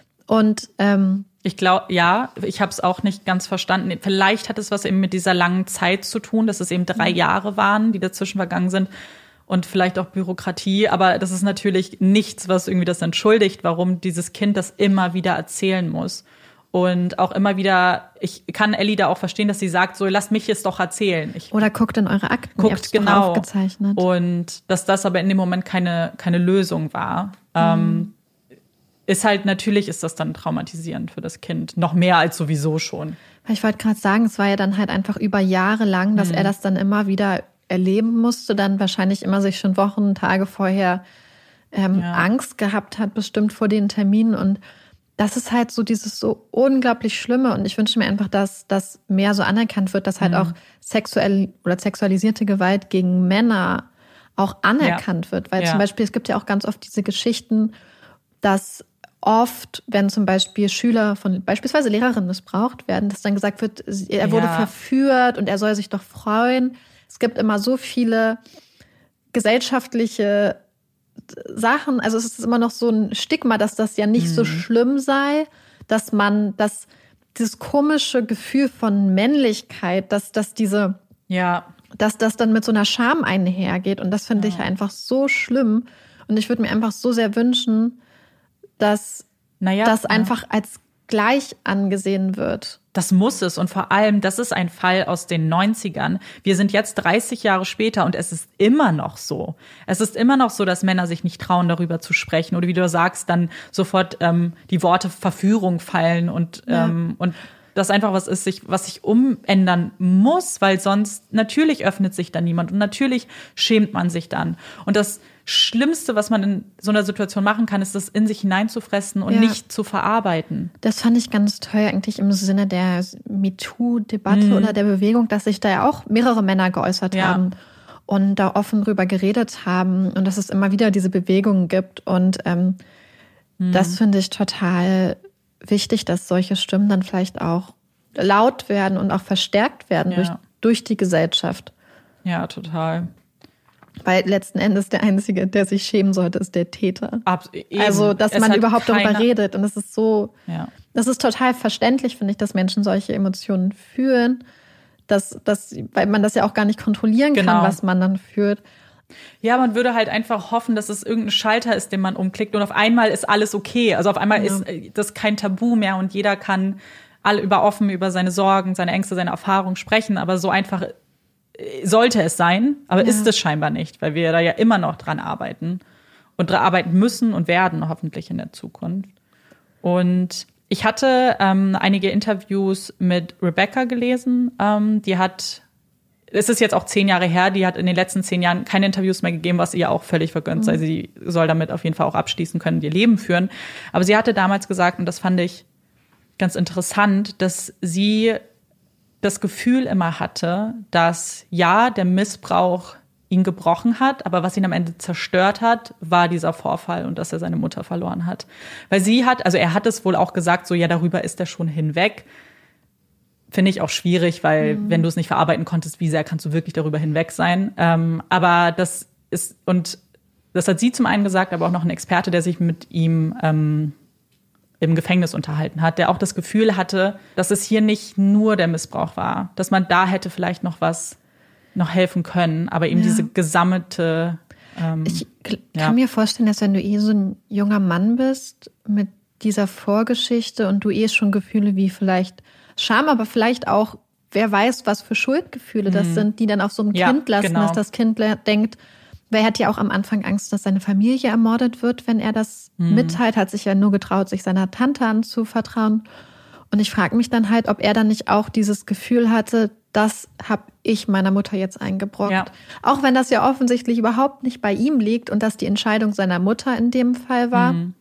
Und ähm, ich glaube, ja, ich habe es auch nicht ganz verstanden. Vielleicht hat es was eben mit dieser langen Zeit zu tun, dass es eben drei mhm. Jahre waren, die dazwischen vergangen sind. Und vielleicht auch Bürokratie. Aber das ist natürlich nichts, was irgendwie das entschuldigt, warum dieses Kind das immer wieder erzählen muss. Und auch immer wieder, ich kann Ellie da auch verstehen, dass sie sagt, so, lasst mich es doch erzählen. Ich Oder guckt in eure Akten, guckt genau aufgezeichnet. Und dass das aber in dem Moment keine, keine Lösung war. Mhm. Ähm, ist halt, natürlich ist das dann traumatisierend für das Kind. Noch mehr als sowieso schon. Ich wollte gerade sagen, es war ja dann halt einfach über Jahre lang, dass mhm. er das dann immer wieder erleben musste, dann wahrscheinlich immer sich schon Wochen, Tage vorher ähm, ja. Angst gehabt hat, bestimmt vor den Terminen. Und das ist halt so dieses so unglaublich Schlimme. Und ich wünsche mir einfach, dass das mehr so anerkannt wird, dass halt mhm. auch sexuell oder sexualisierte Gewalt gegen Männer auch anerkannt ja. wird. Weil ja. zum Beispiel, es gibt ja auch ganz oft diese Geschichten, dass oft, wenn zum Beispiel Schüler von beispielsweise Lehrerinnen missbraucht werden, dass dann gesagt wird, er wurde ja. verführt und er soll sich doch freuen. Es gibt immer so viele gesellschaftliche Sachen. Also es ist immer noch so ein Stigma, dass das ja nicht mhm. so schlimm sei, dass man, dass dieses komische Gefühl von Männlichkeit, dass, dass diese, ja. dass das dann mit so einer Scham einhergeht. Und das finde ja. ich einfach so schlimm. Und ich würde mir einfach so sehr wünschen, dass naja, das einfach ja. als gleich angesehen wird. Das muss es. Und vor allem, das ist ein Fall aus den neunzigern. Wir sind jetzt dreißig Jahre später und es ist immer noch so. Es ist immer noch so, dass Männer sich nicht trauen, darüber zu sprechen. Oder wie du sagst, dann sofort ähm, die Worte Verführung fallen und, ja. ähm, und das einfach was ist, sich, was sich umändern muss, weil sonst natürlich öffnet sich dann niemand und natürlich schämt man sich dann. Und das Schlimmste, was man in so einer Situation machen kann, ist, das in sich hineinzufressen und ja. nicht zu verarbeiten. Das fand ich ganz toll eigentlich im Sinne der MeToo-Debatte mhm. oder der Bewegung, dass sich da ja auch mehrere Männer geäußert ja. haben und da offen drüber geredet haben und dass es immer wieder diese Bewegungen gibt. Und ähm, mhm. das finde ich total wichtig, dass solche Stimmen dann vielleicht auch laut werden und auch verstärkt werden ja. durch, durch die Gesellschaft. Ja, total. Weil letzten Endes der Einzige, der sich schämen sollte, ist der Täter. Ab, eben. Also, dass es man überhaupt keine... darüber redet. Und es ist so, ja. das ist total verständlich, finde ich, dass Menschen solche Emotionen fühlen. Dass, dass, weil man das ja auch gar nicht kontrollieren genau. kann, was man dann fühlt. Ja, man würde halt einfach hoffen, dass es irgendein Schalter ist, den man umklickt und auf einmal ist alles okay. Also auf einmal ja. ist das kein Tabu mehr und jeder kann alle über offen über seine Sorgen, seine Ängste, seine Erfahrungen sprechen. Aber so einfach sollte es sein, aber ja. ist es scheinbar nicht, weil wir da ja immer noch dran arbeiten und dran arbeiten müssen und werden hoffentlich in der Zukunft. Und ich hatte ähm, einige Interviews mit Rebecca gelesen. Ähm, die hat Es ist jetzt auch zehn Jahre her, die hat in den letzten zehn Jahren keine Interviews mehr gegeben, was ihr auch völlig vergönnt sei. Mhm. Sie soll damit auf jeden Fall auch abschließen können, ihr Leben führen. Aber sie hatte damals gesagt, und das fand ich ganz interessant, dass sie das Gefühl immer hatte, dass ja, der Missbrauch ihn gebrochen hat, aber was ihn am Ende zerstört hat, war dieser Vorfall und dass er seine Mutter verloren hat. Weil sie hat, also er hat es wohl auch gesagt, so ja, darüber ist er schon hinweg. Finde ich auch schwierig, weil mhm. wenn du es nicht verarbeiten konntest, wie sehr kannst du wirklich darüber hinweg sein? Ähm, aber das ist, und das hat sie zum einen gesagt, aber auch noch ein Experte, der sich mit ihm ähm, im Gefängnis unterhalten hat, der auch das Gefühl hatte, dass es hier nicht nur der Missbrauch war, dass man da hätte vielleicht noch was noch helfen können, aber eben ja. diese gesammelte ähm, Ich k- ja. kann mir vorstellen, dass wenn du eh so ein junger Mann bist mit dieser Vorgeschichte und du eh schon Gefühle wie vielleicht Scham, aber vielleicht auch, wer weiß, was für Schuldgefühle das mhm. sind, die dann auf so einem ja, Kind lasten, genau. dass das Kind denkt, wer hat ja auch am Anfang Angst, dass seine Familie ermordet wird, wenn er das mhm. mitteilt, hat sich ja nur getraut, sich seiner Tante anzuvertrauen. Und ich frage mich dann halt, ob er dann nicht auch dieses Gefühl hatte, das habe ich meiner Mutter jetzt eingebrockt. Ja. Auch wenn das ja offensichtlich überhaupt nicht bei ihm liegt und das die Entscheidung seiner Mutter in dem Fall war, mhm.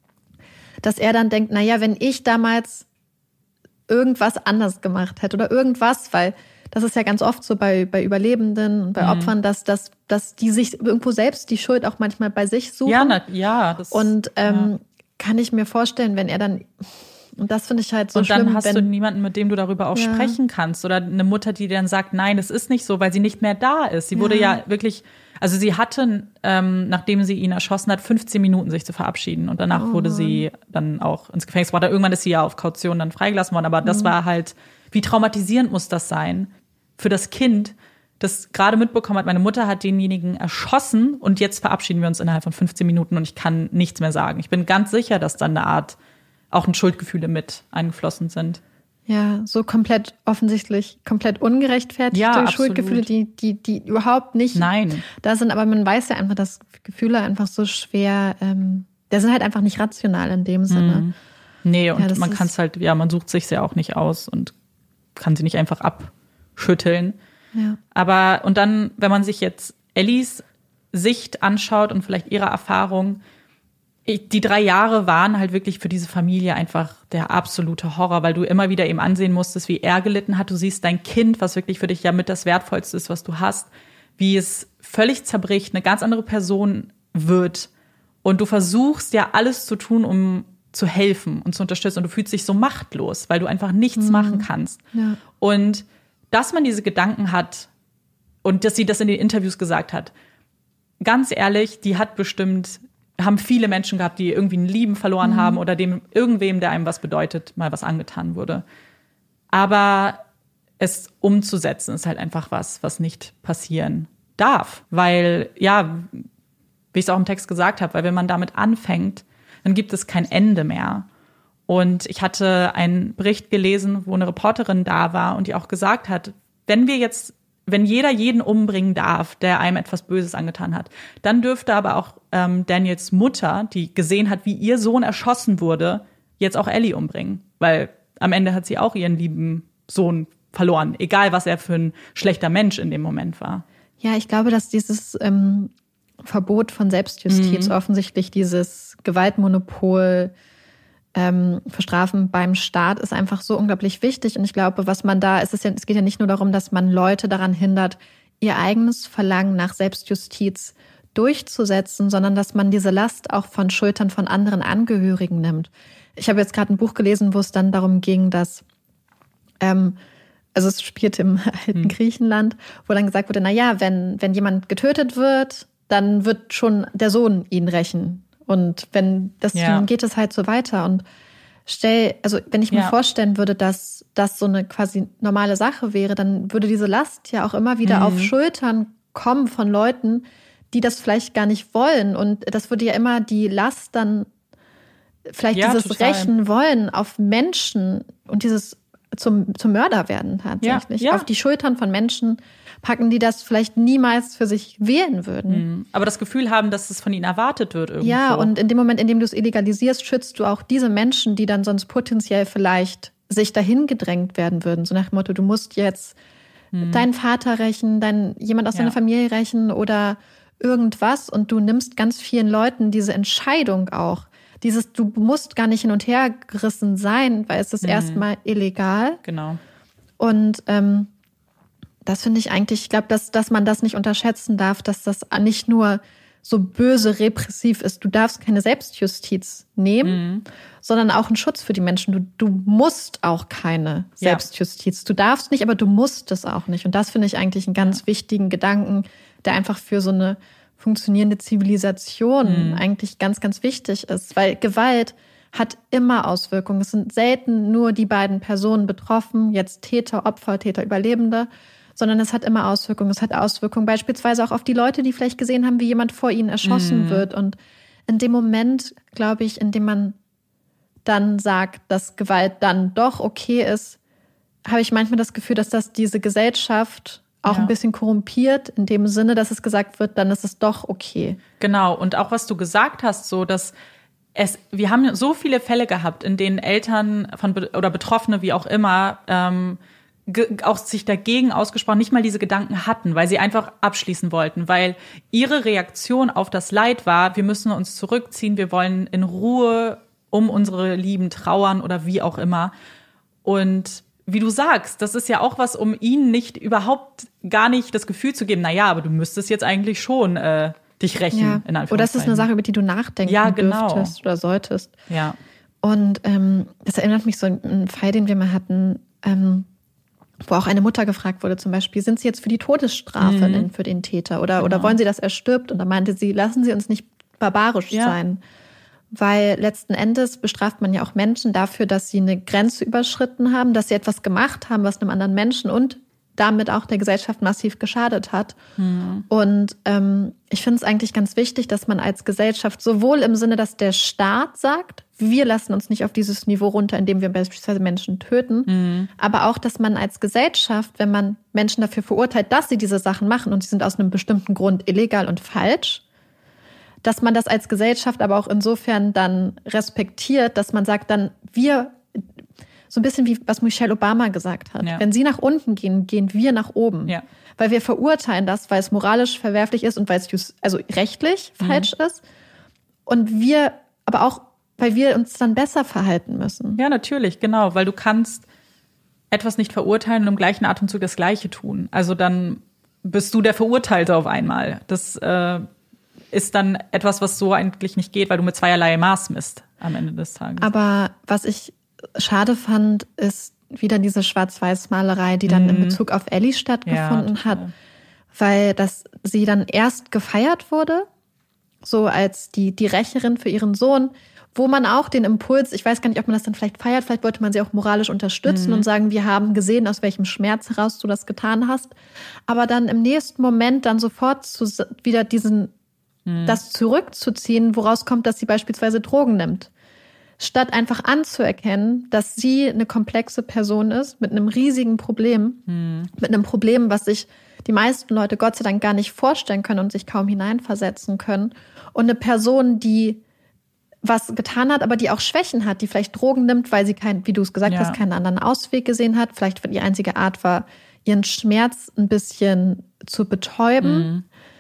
dass er dann denkt, naja, wenn ich damals irgendwas anders gemacht hätte oder irgendwas, weil das ist ja ganz oft so bei, bei Überlebenden und bei mhm. Opfern, dass, dass, dass die sich irgendwo selbst die Schuld auch manchmal bei sich suchen. Ja, na, ja. Das, und ähm, ja. kann ich mir vorstellen, wenn er dann, und das finde ich halt so und schlimm. Und dann hast wenn, du niemanden, mit dem du darüber auch ja. sprechen kannst oder eine Mutter, die dann sagt, nein, das ist nicht so, weil sie nicht mehr da ist. Sie wurde ja, ja wirklich, also sie hatte, ähm, nachdem sie ihn erschossen hat, fünfzehn Minuten sich zu verabschieden und danach oh. wurde sie dann auch ins Gefängnis gebracht. Irgendwann ist sie ja auf Kaution dann freigelassen worden, aber das mhm. war halt, wie traumatisierend muss das sein für das Kind, das gerade mitbekommen hat, meine Mutter hat denjenigen erschossen und jetzt verabschieden wir uns innerhalb von fünfzehn Minuten und ich kann nichts mehr sagen. Ich bin ganz sicher, dass dann eine Art auch Schuldgefühle mit eingeflossen sind. Ja, so komplett offensichtlich, komplett ungerechtfertigte ja, Schuldgefühle, die, die, die überhaupt nicht Nein. da sind. Aber man weiß ja einfach, dass Gefühle einfach so schwer, ähm, die sind halt einfach nicht rational in dem Sinne. Mhm. Nee, und ja, man kann es halt, ja, man sucht sich ja auch nicht aus und kann sie nicht einfach abschütteln. Ja. Aber, und dann, wenn man sich jetzt Ellies Sicht anschaut und vielleicht ihre Erfahrung, die drei Jahre waren halt wirklich für diese Familie einfach der absolute Horror, weil du immer wieder eben ansehen musstest, wie er gelitten hat. Du siehst dein Kind, was wirklich für dich ja mit das Wertvollste ist, was du hast, wie es völlig zerbricht, eine ganz andere Person wird. Und du versuchst ja alles zu tun, um zu helfen und zu unterstützen. Und du fühlst dich so machtlos, weil du einfach nichts mhm. machen kannst. Ja. Und dass man diese Gedanken hat und dass sie das in den Interviews gesagt hat, ganz ehrlich, die hat bestimmt haben viele Menschen gehabt, die irgendwie einen Lieben verloren mhm. haben oder dem irgendwem, der einem was bedeutet, mal was angetan wurde. Aber es umzusetzen ist halt einfach was, was nicht passieren darf. Weil, ja, wie ich es auch im Text gesagt habe, weil wenn man damit anfängt, dann gibt es kein Ende mehr. Und ich hatte einen Bericht gelesen, wo eine Reporterin da war und die auch gesagt hat, wenn wir jetzt wenn jeder jeden umbringen darf, der einem etwas Böses angetan hat, dann dürfte aber auch ähm, Daniels Mutter, die gesehen hat, wie ihr Sohn erschossen wurde, jetzt auch Ellie umbringen. Weil am Ende hat sie auch ihren lieben Sohn verloren, egal was er für ein schlechter Mensch in dem Moment war. Ja, ich glaube, dass dieses ähm, Verbot von Selbstjustiz, mhm. offensichtlich dieses Gewaltmonopol Ähm, für Strafen beim Staat ist einfach so unglaublich wichtig. Und ich glaube, was man da, es ist ja, es geht ja nicht nur darum, dass man Leute daran hindert, ihr eigenes Verlangen nach Selbstjustiz durchzusetzen, sondern dass man diese Last auch von Schultern von anderen Angehörigen nimmt. Ich habe jetzt gerade ein Buch gelesen, wo es dann darum ging, dass, ähm, also es spielt im alten hm. Griechenland, wo dann gesagt wurde, na ja, wenn, wenn jemand getötet wird, dann wird schon der Sohn ihn rächen. Und wenn das, ja. dann geht es halt so weiter. Und stell, also wenn ich mir ja. vorstellen würde, dass das so eine quasi normale Sache wäre, dann würde diese Last ja auch immer wieder mhm. auf Schultern kommen von Leuten, die das vielleicht gar nicht wollen. Und das würde ja immer die Last dann, vielleicht ja, dieses total. Rächen wollen auf Menschen und dieses zum, zum Mörder werden tatsächlich, ja, ja. auf die Schultern von Menschen packen, die das vielleicht niemals für sich wählen würden. Mhm. Aber das Gefühl haben, dass es von ihnen erwartet wird irgendwo. Ja, und in dem Moment, in dem du es illegalisierst, schützt du auch diese Menschen, die dann sonst potenziell vielleicht sich dahin gedrängt werden würden. So nach dem Motto, du musst jetzt mhm. deinen Vater rächen, dein, jemand aus ja. deiner Familie rächen oder irgendwas. Und du nimmst ganz vielen Leuten diese Entscheidung auch. Dieses, du musst gar nicht hin und her gerissen sein, weil es ist mhm. erstmal illegal. Genau. Und ähm, das finde ich eigentlich, ich glaube, dass, dass man das nicht unterschätzen darf, dass das nicht nur so böse repressiv ist. Du darfst keine Selbstjustiz nehmen, mhm. sondern auch einen Schutz für die Menschen. Du, du musst auch keine Selbstjustiz. Ja. Du darfst nicht, aber du musst es auch nicht. Und das finde ich eigentlich einen ganz ja. wichtigen Gedanken, der einfach für so eine funktionierende Zivilisation mhm. eigentlich ganz, ganz wichtig ist. Weil Gewalt hat immer Auswirkungen. Es sind selten nur die beiden Personen betroffen, jetzt Täter, Opfer, Täter, Überlebende, sondern es hat immer Auswirkungen. Es hat Auswirkungen beispielsweise auch auf die Leute, die vielleicht gesehen haben, wie jemand vor ihnen erschossen mm. wird. Und in dem Moment, glaube ich, in dem man dann sagt, dass Gewalt dann doch okay ist, habe ich manchmal das Gefühl, dass das diese Gesellschaft auch ja. ein bisschen korrumpiert, in dem Sinne, dass es gesagt wird, dann ist es doch okay. Genau. Und auch was du gesagt hast, so dass es, wir haben so viele Fälle gehabt, in denen Eltern von oder Betroffene, wie auch immer, ähm, auch sich dagegen ausgesprochen, nicht mal diese Gedanken hatten, weil sie einfach abschließen wollten, weil ihre Reaktion auf das Leid war, wir müssen uns zurückziehen, wir wollen in Ruhe um unsere Lieben trauern oder wie auch immer. Und wie du sagst, das ist ja auch was, um ihnen nicht überhaupt gar nicht das Gefühl zu geben, na ja, aber du müsstest jetzt eigentlich schon äh, dich rächen, ja. in Anführungszeichen. Oder das ist eine Sache, über die du nachdenken ja, genau. dürftest oder solltest. Ja. Und ähm, das erinnert mich so an einen Fall, den wir mal hatten, ähm, wo auch eine Mutter gefragt wurde, zum Beispiel, sind Sie jetzt für die Todesstrafe mhm. für den Täter oder, genau. oder wollen Sie, dass er stirbt? Und da meinte sie, lassen Sie uns nicht barbarisch ja. sein. Weil letzten Endes bestraft man ja auch Menschen dafür, dass sie eine Grenze überschritten haben, dass sie etwas gemacht haben, was einem anderen Menschen und damit auch der Gesellschaft massiv geschadet hat. Mhm. Und ähm, ich finde es eigentlich ganz wichtig, dass man als Gesellschaft sowohl im Sinne, dass der Staat sagt, wir lassen uns nicht auf dieses Niveau runter, indem wir beispielsweise Menschen töten, mhm. aber auch, dass man als Gesellschaft, wenn man Menschen dafür verurteilt, dass sie diese Sachen machen und sie sind aus einem bestimmten Grund illegal und falsch, dass man das als Gesellschaft aber auch insofern dann respektiert, dass man sagt, dann wir, so ein bisschen wie was Michelle Obama gesagt hat, ja. wenn sie nach unten gehen, gehen wir nach oben. Ja. Weil wir verurteilen das, weil es moralisch verwerflich ist und weil es just, also rechtlich mhm. falsch ist. Und wir, aber auch, weil wir uns dann besser verhalten müssen. Ja, natürlich, genau, weil du kannst etwas nicht verurteilen und im gleichen Atemzug das Gleiche tun. Also dann bist du der Verurteilte auf einmal. Das äh, ist dann etwas, was so eigentlich nicht geht, weil du mit zweierlei Maß misst am Ende des Tages. Aber was ich schade fand, ist wieder diese Schwarz-Weiß-Malerei, die dann mhm. in Bezug auf Ellie stattgefunden ja, hat, weil das sie dann erst gefeiert wurde, so als die, die Rächerin für ihren Sohn, wo man auch den Impuls, ich weiß gar nicht, ob man das dann vielleicht feiert, vielleicht wollte man sie auch moralisch unterstützen mhm. und sagen, wir haben gesehen, aus welchem Schmerz heraus du das getan hast, aber dann im nächsten Moment dann sofort zu, wieder diesen, mhm. das zurückzuziehen, woraus kommt, dass sie beispielsweise Drogen nimmt. Statt einfach anzuerkennen, dass sie eine komplexe Person ist mit einem riesigen Problem, hm. mit einem Problem, was sich die meisten Leute Gott sei Dank gar nicht vorstellen können und sich kaum hineinversetzen können. Und eine Person, die was getan hat, aber die auch Schwächen hat, die vielleicht Drogen nimmt, weil sie kein, wie du es gesagt ja. hast, keinen anderen Ausweg gesehen hat. Vielleicht die einzige Art war, ihren Schmerz ein bisschen zu betäuben. Hm.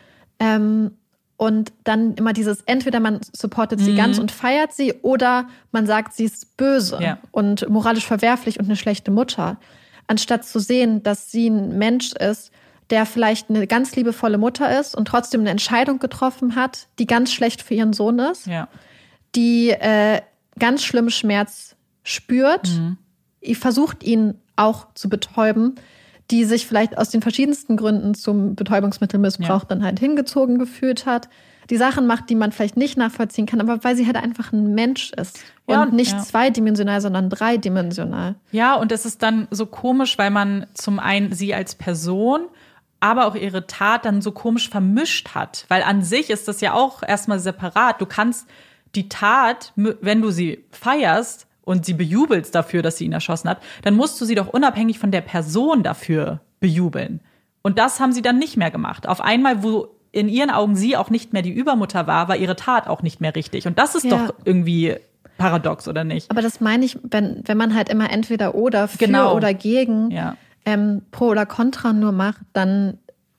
Ähm, Und dann immer dieses, entweder man supportet sie mhm. ganz und feiert sie oder man sagt, sie ist böse ja. und moralisch verwerflich und eine schlechte Mutter. Anstatt zu sehen, dass sie ein Mensch ist, der vielleicht eine ganz liebevolle Mutter ist und trotzdem eine Entscheidung getroffen hat, die ganz schlecht für ihren Sohn ist, ja. die äh, ganz schlimm Schmerz spürt, mhm. versucht ihn auch zu betäuben, die sich vielleicht aus den verschiedensten Gründen zum Betäubungsmittelmissbrauch ja. dann halt hingezogen gefühlt hat, die Sachen macht, die man vielleicht nicht nachvollziehen kann, aber weil sie halt einfach ein Mensch ist. Ja, und nicht ja. zweidimensional, sondern dreidimensional. Ja, und es ist dann so komisch, weil man zum einen sie als Person aber auch ihre Tat dann so komisch vermischt hat. Weil an sich ist das ja auch erstmal separat. Du kannst die Tat, wenn du sie feierst und sie bejubelst dafür, dass sie ihn erschossen hat, dann musst du sie doch unabhängig von der Person dafür bejubeln. Und das haben sie dann nicht mehr gemacht. Auf einmal, wo in ihren Augen sie auch nicht mehr die Übermutter war, war ihre Tat auch nicht mehr richtig. Und das ist ja. doch irgendwie paradox, oder nicht? Aber das meine ich, wenn, wenn man halt immer entweder oder, für genau. oder gegen, ja. ähm, pro oder contra nur macht, dann...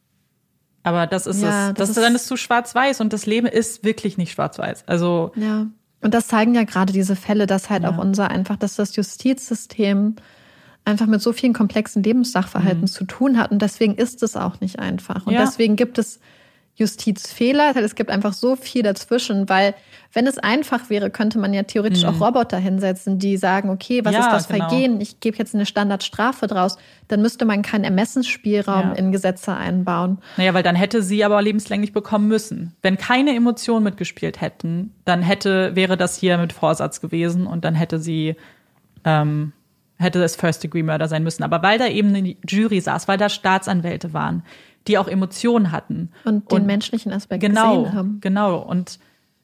Aber das ist ja, es. Das, das ist dann ist zu schwarz-weiß und das Leben ist wirklich nicht schwarz-weiß. Also ja. Und das zeigen ja gerade diese Fälle, dass halt ja. auch unser einfach, dass das Justizsystem einfach mit so vielen komplexen Lebenssachverhalten mhm. zu tun hat. Und deswegen ist es auch nicht einfach. Und ja. deswegen gibt es Justizfehler. Es gibt einfach so viel dazwischen, weil wenn es einfach wäre, könnte man ja theoretisch mhm. auch Roboter hinsetzen, die sagen, okay, was ja, ist das genau. Vergehen? Ich gebe jetzt eine Standardstrafe draus. Dann müsste man keinen Ermessensspielraum ja. in Gesetze einbauen. Naja, weil dann hätte sie aber lebenslänglich bekommen müssen. Wenn keine Emotionen mitgespielt hätten, dann hätte, wäre das hier mit Vorsatz gewesen und dann hätte sie, ähm, hätte es First-Degree-Murder sein müssen. Aber weil da eben eine Jury saß, weil da Staatsanwälte waren, die auch Emotionen hatten. Und den und menschlichen Aspekt genau, gesehen haben. Genau. Und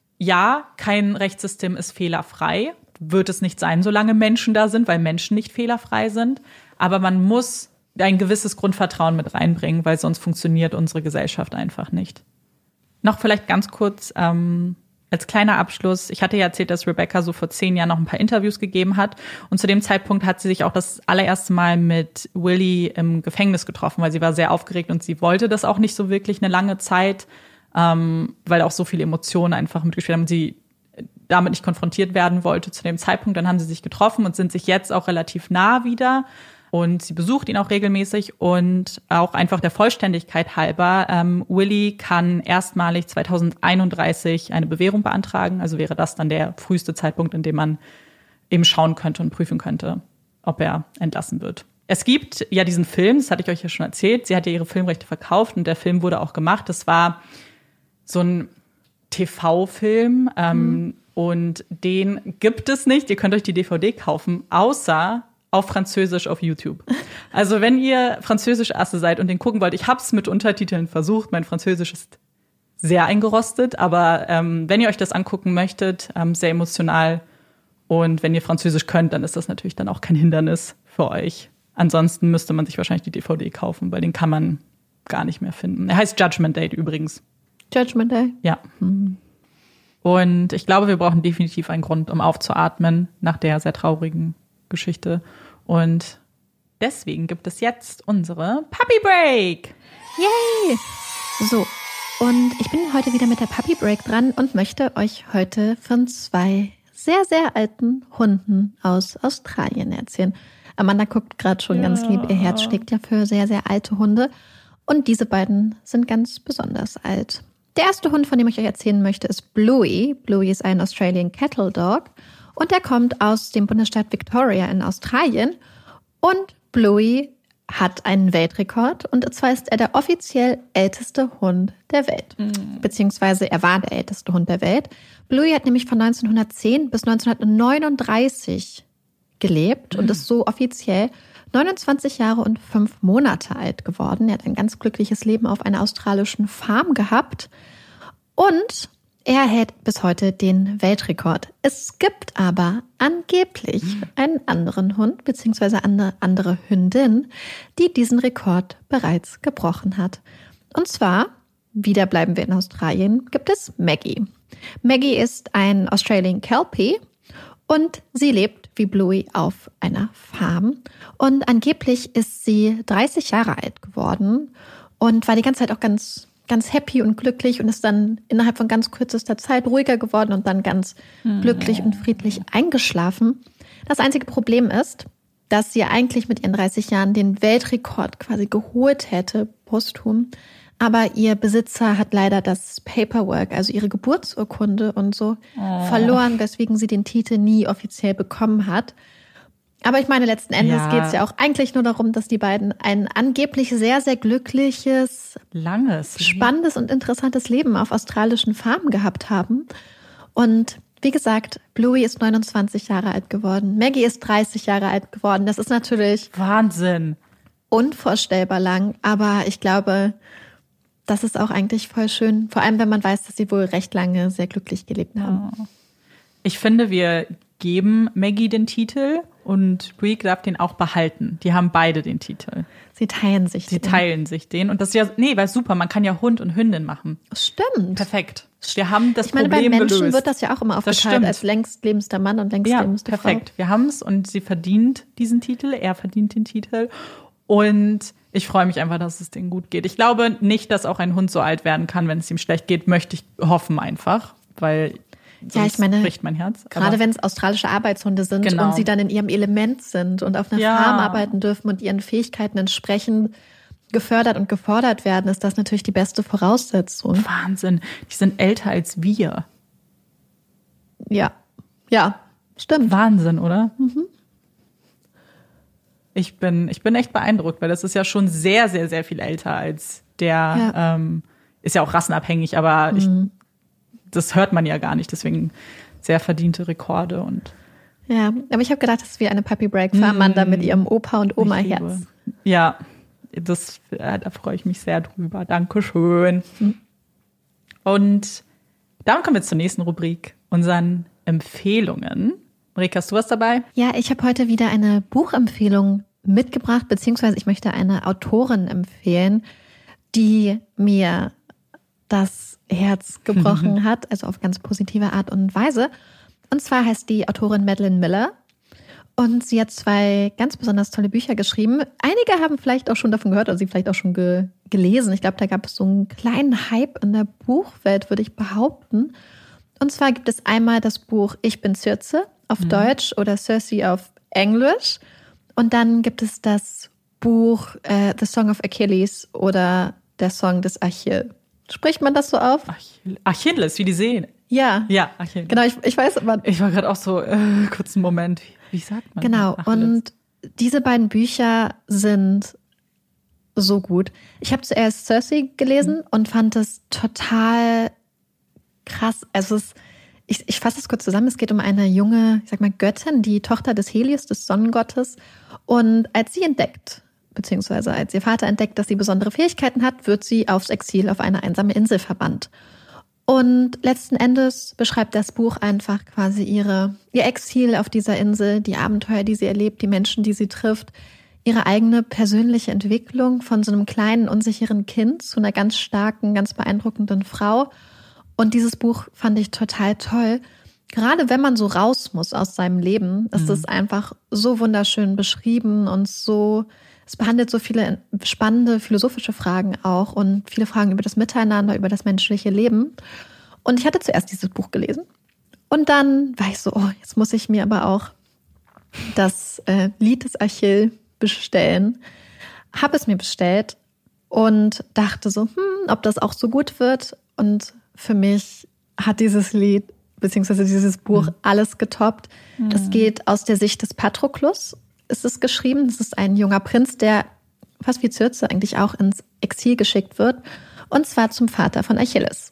ja, kein Rechtssystem ist fehlerfrei. Wird es nicht sein, solange Menschen da sind, weil Menschen nicht fehlerfrei sind. Aber man muss ein gewisses Grundvertrauen mit reinbringen, weil sonst funktioniert unsere Gesellschaft einfach nicht. Noch vielleicht ganz kurz ähm, als kleiner Abschluss. Ich hatte ja erzählt, dass Rebecca so vor zehn Jahren noch ein paar Interviews gegeben hat. Und zu dem Zeitpunkt hat sie sich auch das allererste Mal mit Willie im Gefängnis getroffen, weil sie war sehr aufgeregt und sie wollte das auch nicht so wirklich eine lange Zeit, ähm, weil auch so viele Emotionen einfach mitgespielt haben und sie damit nicht konfrontiert werden wollte zu dem Zeitpunkt. Dann haben sie sich getroffen und sind sich jetzt auch relativ nah wieder. Und sie besucht ihn auch regelmäßig und auch einfach der Vollständigkeit halber. Ähm, Willie kann erstmalig zweitausendeinunddreißig eine Bewährung beantragen. Also wäre das dann der früheste Zeitpunkt, in dem man eben schauen könnte und prüfen könnte, ob er entlassen wird. Es gibt ja diesen Film, das hatte ich euch ja schon erzählt. Sie hat ja ihre Filmrechte verkauft und der Film wurde auch gemacht. Das war so ein T V-Film ähm, mhm. und den gibt es nicht. Ihr könnt euch die D V D kaufen, außer auf Französisch auf YouTube. Also wenn ihr Französisch-Asse seid und den gucken wollt, ich habe es mit Untertiteln versucht, mein Französisch ist sehr eingerostet, aber ähm, wenn ihr euch das angucken möchtet, ähm, sehr emotional und wenn ihr Französisch könnt, dann ist das natürlich dann auch kein Hindernis für euch. Ansonsten müsste man sich wahrscheinlich die D V D kaufen, weil den kann man gar nicht mehr finden. Er heißt Judgment Day übrigens. Judgment Day? Ja. Mhm. Und ich glaube, wir brauchen definitiv einen Grund, um aufzuatmen nach der sehr traurigen Geschichte. Und deswegen gibt es jetzt unsere Puppy Break. Yay! So, und ich bin heute wieder mit der Puppy Break dran und möchte euch heute von zwei sehr, sehr alten Hunden aus Australien erzählen. Amanda guckt gerade schon ja. ganz lieb. Ihr Herz schlägt ja für sehr, sehr alte Hunde. Und diese beiden sind ganz besonders alt. Der erste Hund, von dem ich euch erzählen möchte, ist Bluey. Bluey ist ein Australian Cattle Dog. Und er kommt aus dem Bundesstaat Victoria in Australien. Und Bluey hat einen Weltrekord. Und zwar ist er der offiziell älteste Hund der Welt. Mhm. Beziehungsweise er war der älteste Hund der Welt. Bluey hat nämlich von neunzehnhundertzehn bis neunzehnhundertneununddreißig gelebt. Mhm. Und ist so offiziell neunundzwanzig Jahre und fünf Monate alt geworden. Er hat ein ganz glückliches Leben auf einer australischen Farm gehabt. Und er hält bis heute den Weltrekord. Es gibt aber angeblich einen anderen Hund bzw. eine andere Hündin, die diesen Rekord bereits gebrochen hat. Und zwar, wieder bleiben wir in Australien, gibt es Maggie. Maggie ist ein Australian Kelpie und sie lebt wie Bluey auf einer Farm. Und angeblich ist sie dreißig Jahre alt geworden und war die ganze Zeit auch ganz ganz happy und glücklich und ist dann innerhalb von ganz kürzester Zeit ruhiger geworden und dann ganz mhm. glücklich und friedlich eingeschlafen. Das einzige Problem ist, dass sie eigentlich mit ihren dreißig Jahren den Weltrekord quasi geholt hätte, posthum. Aber ihr Besitzer hat leider das Paperwork, also ihre Geburtsurkunde und so, oh. verloren, weswegen sie den Titel nie offiziell bekommen hat. Aber ich meine, letzten Endes ja. geht es ja auch eigentlich nur darum, dass die beiden ein angeblich sehr, sehr glückliches, langes, spannendes und interessantes Leben auf australischen Farmen gehabt haben. Und wie gesagt, Bluey ist neunundzwanzig Jahre alt geworden. Maggie ist dreißig Jahre alt geworden. Das ist natürlich Wahnsinn. unvorstellbar lang, aber ich glaube, das ist auch eigentlich voll schön. Vor allem, wenn man weiß, dass sie wohl recht lange sehr glücklich gelebt haben. Ja. Ich finde, wir geben Maggie den Titel und Brie darf den auch behalten. Die haben beide den Titel. Sie teilen sich Sie den. teilen sich den. Und das ist ja, nee, weil super, man kann ja Hund und Hündin machen. Stimmt. Perfekt. Wir haben das Ich meine, Problem bei Menschen gelöst. wird das ja auch immer aufgeteilt als längstlebendster Mann und längstlebendste Ja, Frau. perfekt. Wir haben es und sie verdient diesen Titel, er verdient den Titel. Und ich freue mich einfach, dass es denen gut geht. Ich glaube nicht, dass auch ein Hund so alt werden kann, wenn es ihm schlecht geht, möchte ich hoffen einfach, weil Ja, ich meine, bricht mein Herz. Gerade wenn es australische Arbeitshunde sind Genau. und sie dann in ihrem Element sind und auf einer Ja. Farm arbeiten dürfen und ihren Fähigkeiten entsprechend gefördert und gefordert werden, ist das natürlich die beste Voraussetzung. Wahnsinn. Die sind älter als wir. Ja, ja, stimmt. Wahnsinn, oder? Mhm. Ich bin, ich bin echt beeindruckt, weil das ist ja schon sehr, sehr, sehr viel älter als der, Ja. ähm, ist ja auch rassenabhängig, aber Mhm. ich, das hört man ja gar nicht. Deswegen sehr verdiente Rekorde und Ja, aber ich habe gedacht, das ist wie eine Puppy Break für Amanda mit ihrem Opa und Oma ich Herz. liebe- Ja, das, äh, da freue ich mich sehr drüber. Dankeschön. Mhm. Und damit kommen wir zur nächsten Rubrik, unseren Empfehlungen. Marika, hast du was dabei? Ja, ich habe heute wieder eine Buchempfehlung mitgebracht, beziehungsweise ich möchte eine Autorin empfehlen, die mir das Herz gebrochen hat, also auf ganz positive Art und Weise. Und zwar heißt die Autorin Madeline Miller und sie hat zwei ganz besonders tolle Bücher geschrieben. Einige haben vielleicht auch schon davon gehört oder sie vielleicht auch schon ge- gelesen. Ich glaube, da gab es so einen kleinen Hype in der Buchwelt, würde ich behaupten. Und zwar gibt es einmal das Buch Ich bin Circe auf mhm. Deutsch oder Circe auf Englisch. Und dann gibt es das Buch äh, The Song of Achilles oder der Song des Achill. Spricht man das so auf? Achill- Achilles, wie die sehen. Ja. Ja, Achilles. Genau, ich, ich weiß aber. Ich war gerade auch so, äh, kurzen Moment, wie, wie sagt man? Genau, Achilles? und diese beiden Bücher sind so gut. Ich habe zuerst Circe gelesen mhm. und fand es total krass. Also es, ich, ich fasse es kurz zusammen. Es geht um eine junge, ich sag mal, Göttin, die Tochter des Helios, des Sonnengottes. Und als sie entdeckt, beziehungsweise als ihr Vater entdeckt, dass sie besondere Fähigkeiten hat, wird sie aufs Exil auf eine einsame Insel verbannt. Und letzten Endes beschreibt das Buch einfach quasi ihre, ihr Exil auf dieser Insel, die Abenteuer, die sie erlebt, die Menschen, die sie trifft, ihre eigene persönliche Entwicklung von so einem kleinen, unsicheren Kind zu einer ganz starken, ganz beeindruckenden Frau. Und dieses Buch fand ich total toll. Gerade wenn man so raus muss aus seinem Leben, ist es mhm. einfach so wunderschön beschrieben und so, es behandelt so viele spannende philosophische Fragen auch und viele Fragen über das Miteinander, über das menschliche Leben. Und ich hatte zuerst dieses Buch gelesen und dann war ich so, oh, jetzt muss ich mir aber auch das äh, Lied des Achill bestellen. Habe es mir bestellt und dachte so, hm, ob das auch so gut wird. Und für mich hat dieses Lied beziehungsweise dieses Buch mhm. alles getoppt. Mhm. Es geht aus der Sicht des Patroklus, ist es geschrieben. Es ist ein junger Prinz, der fast wie Circe eigentlich auch ins Exil geschickt wird. Und zwar zum Vater von Achilles.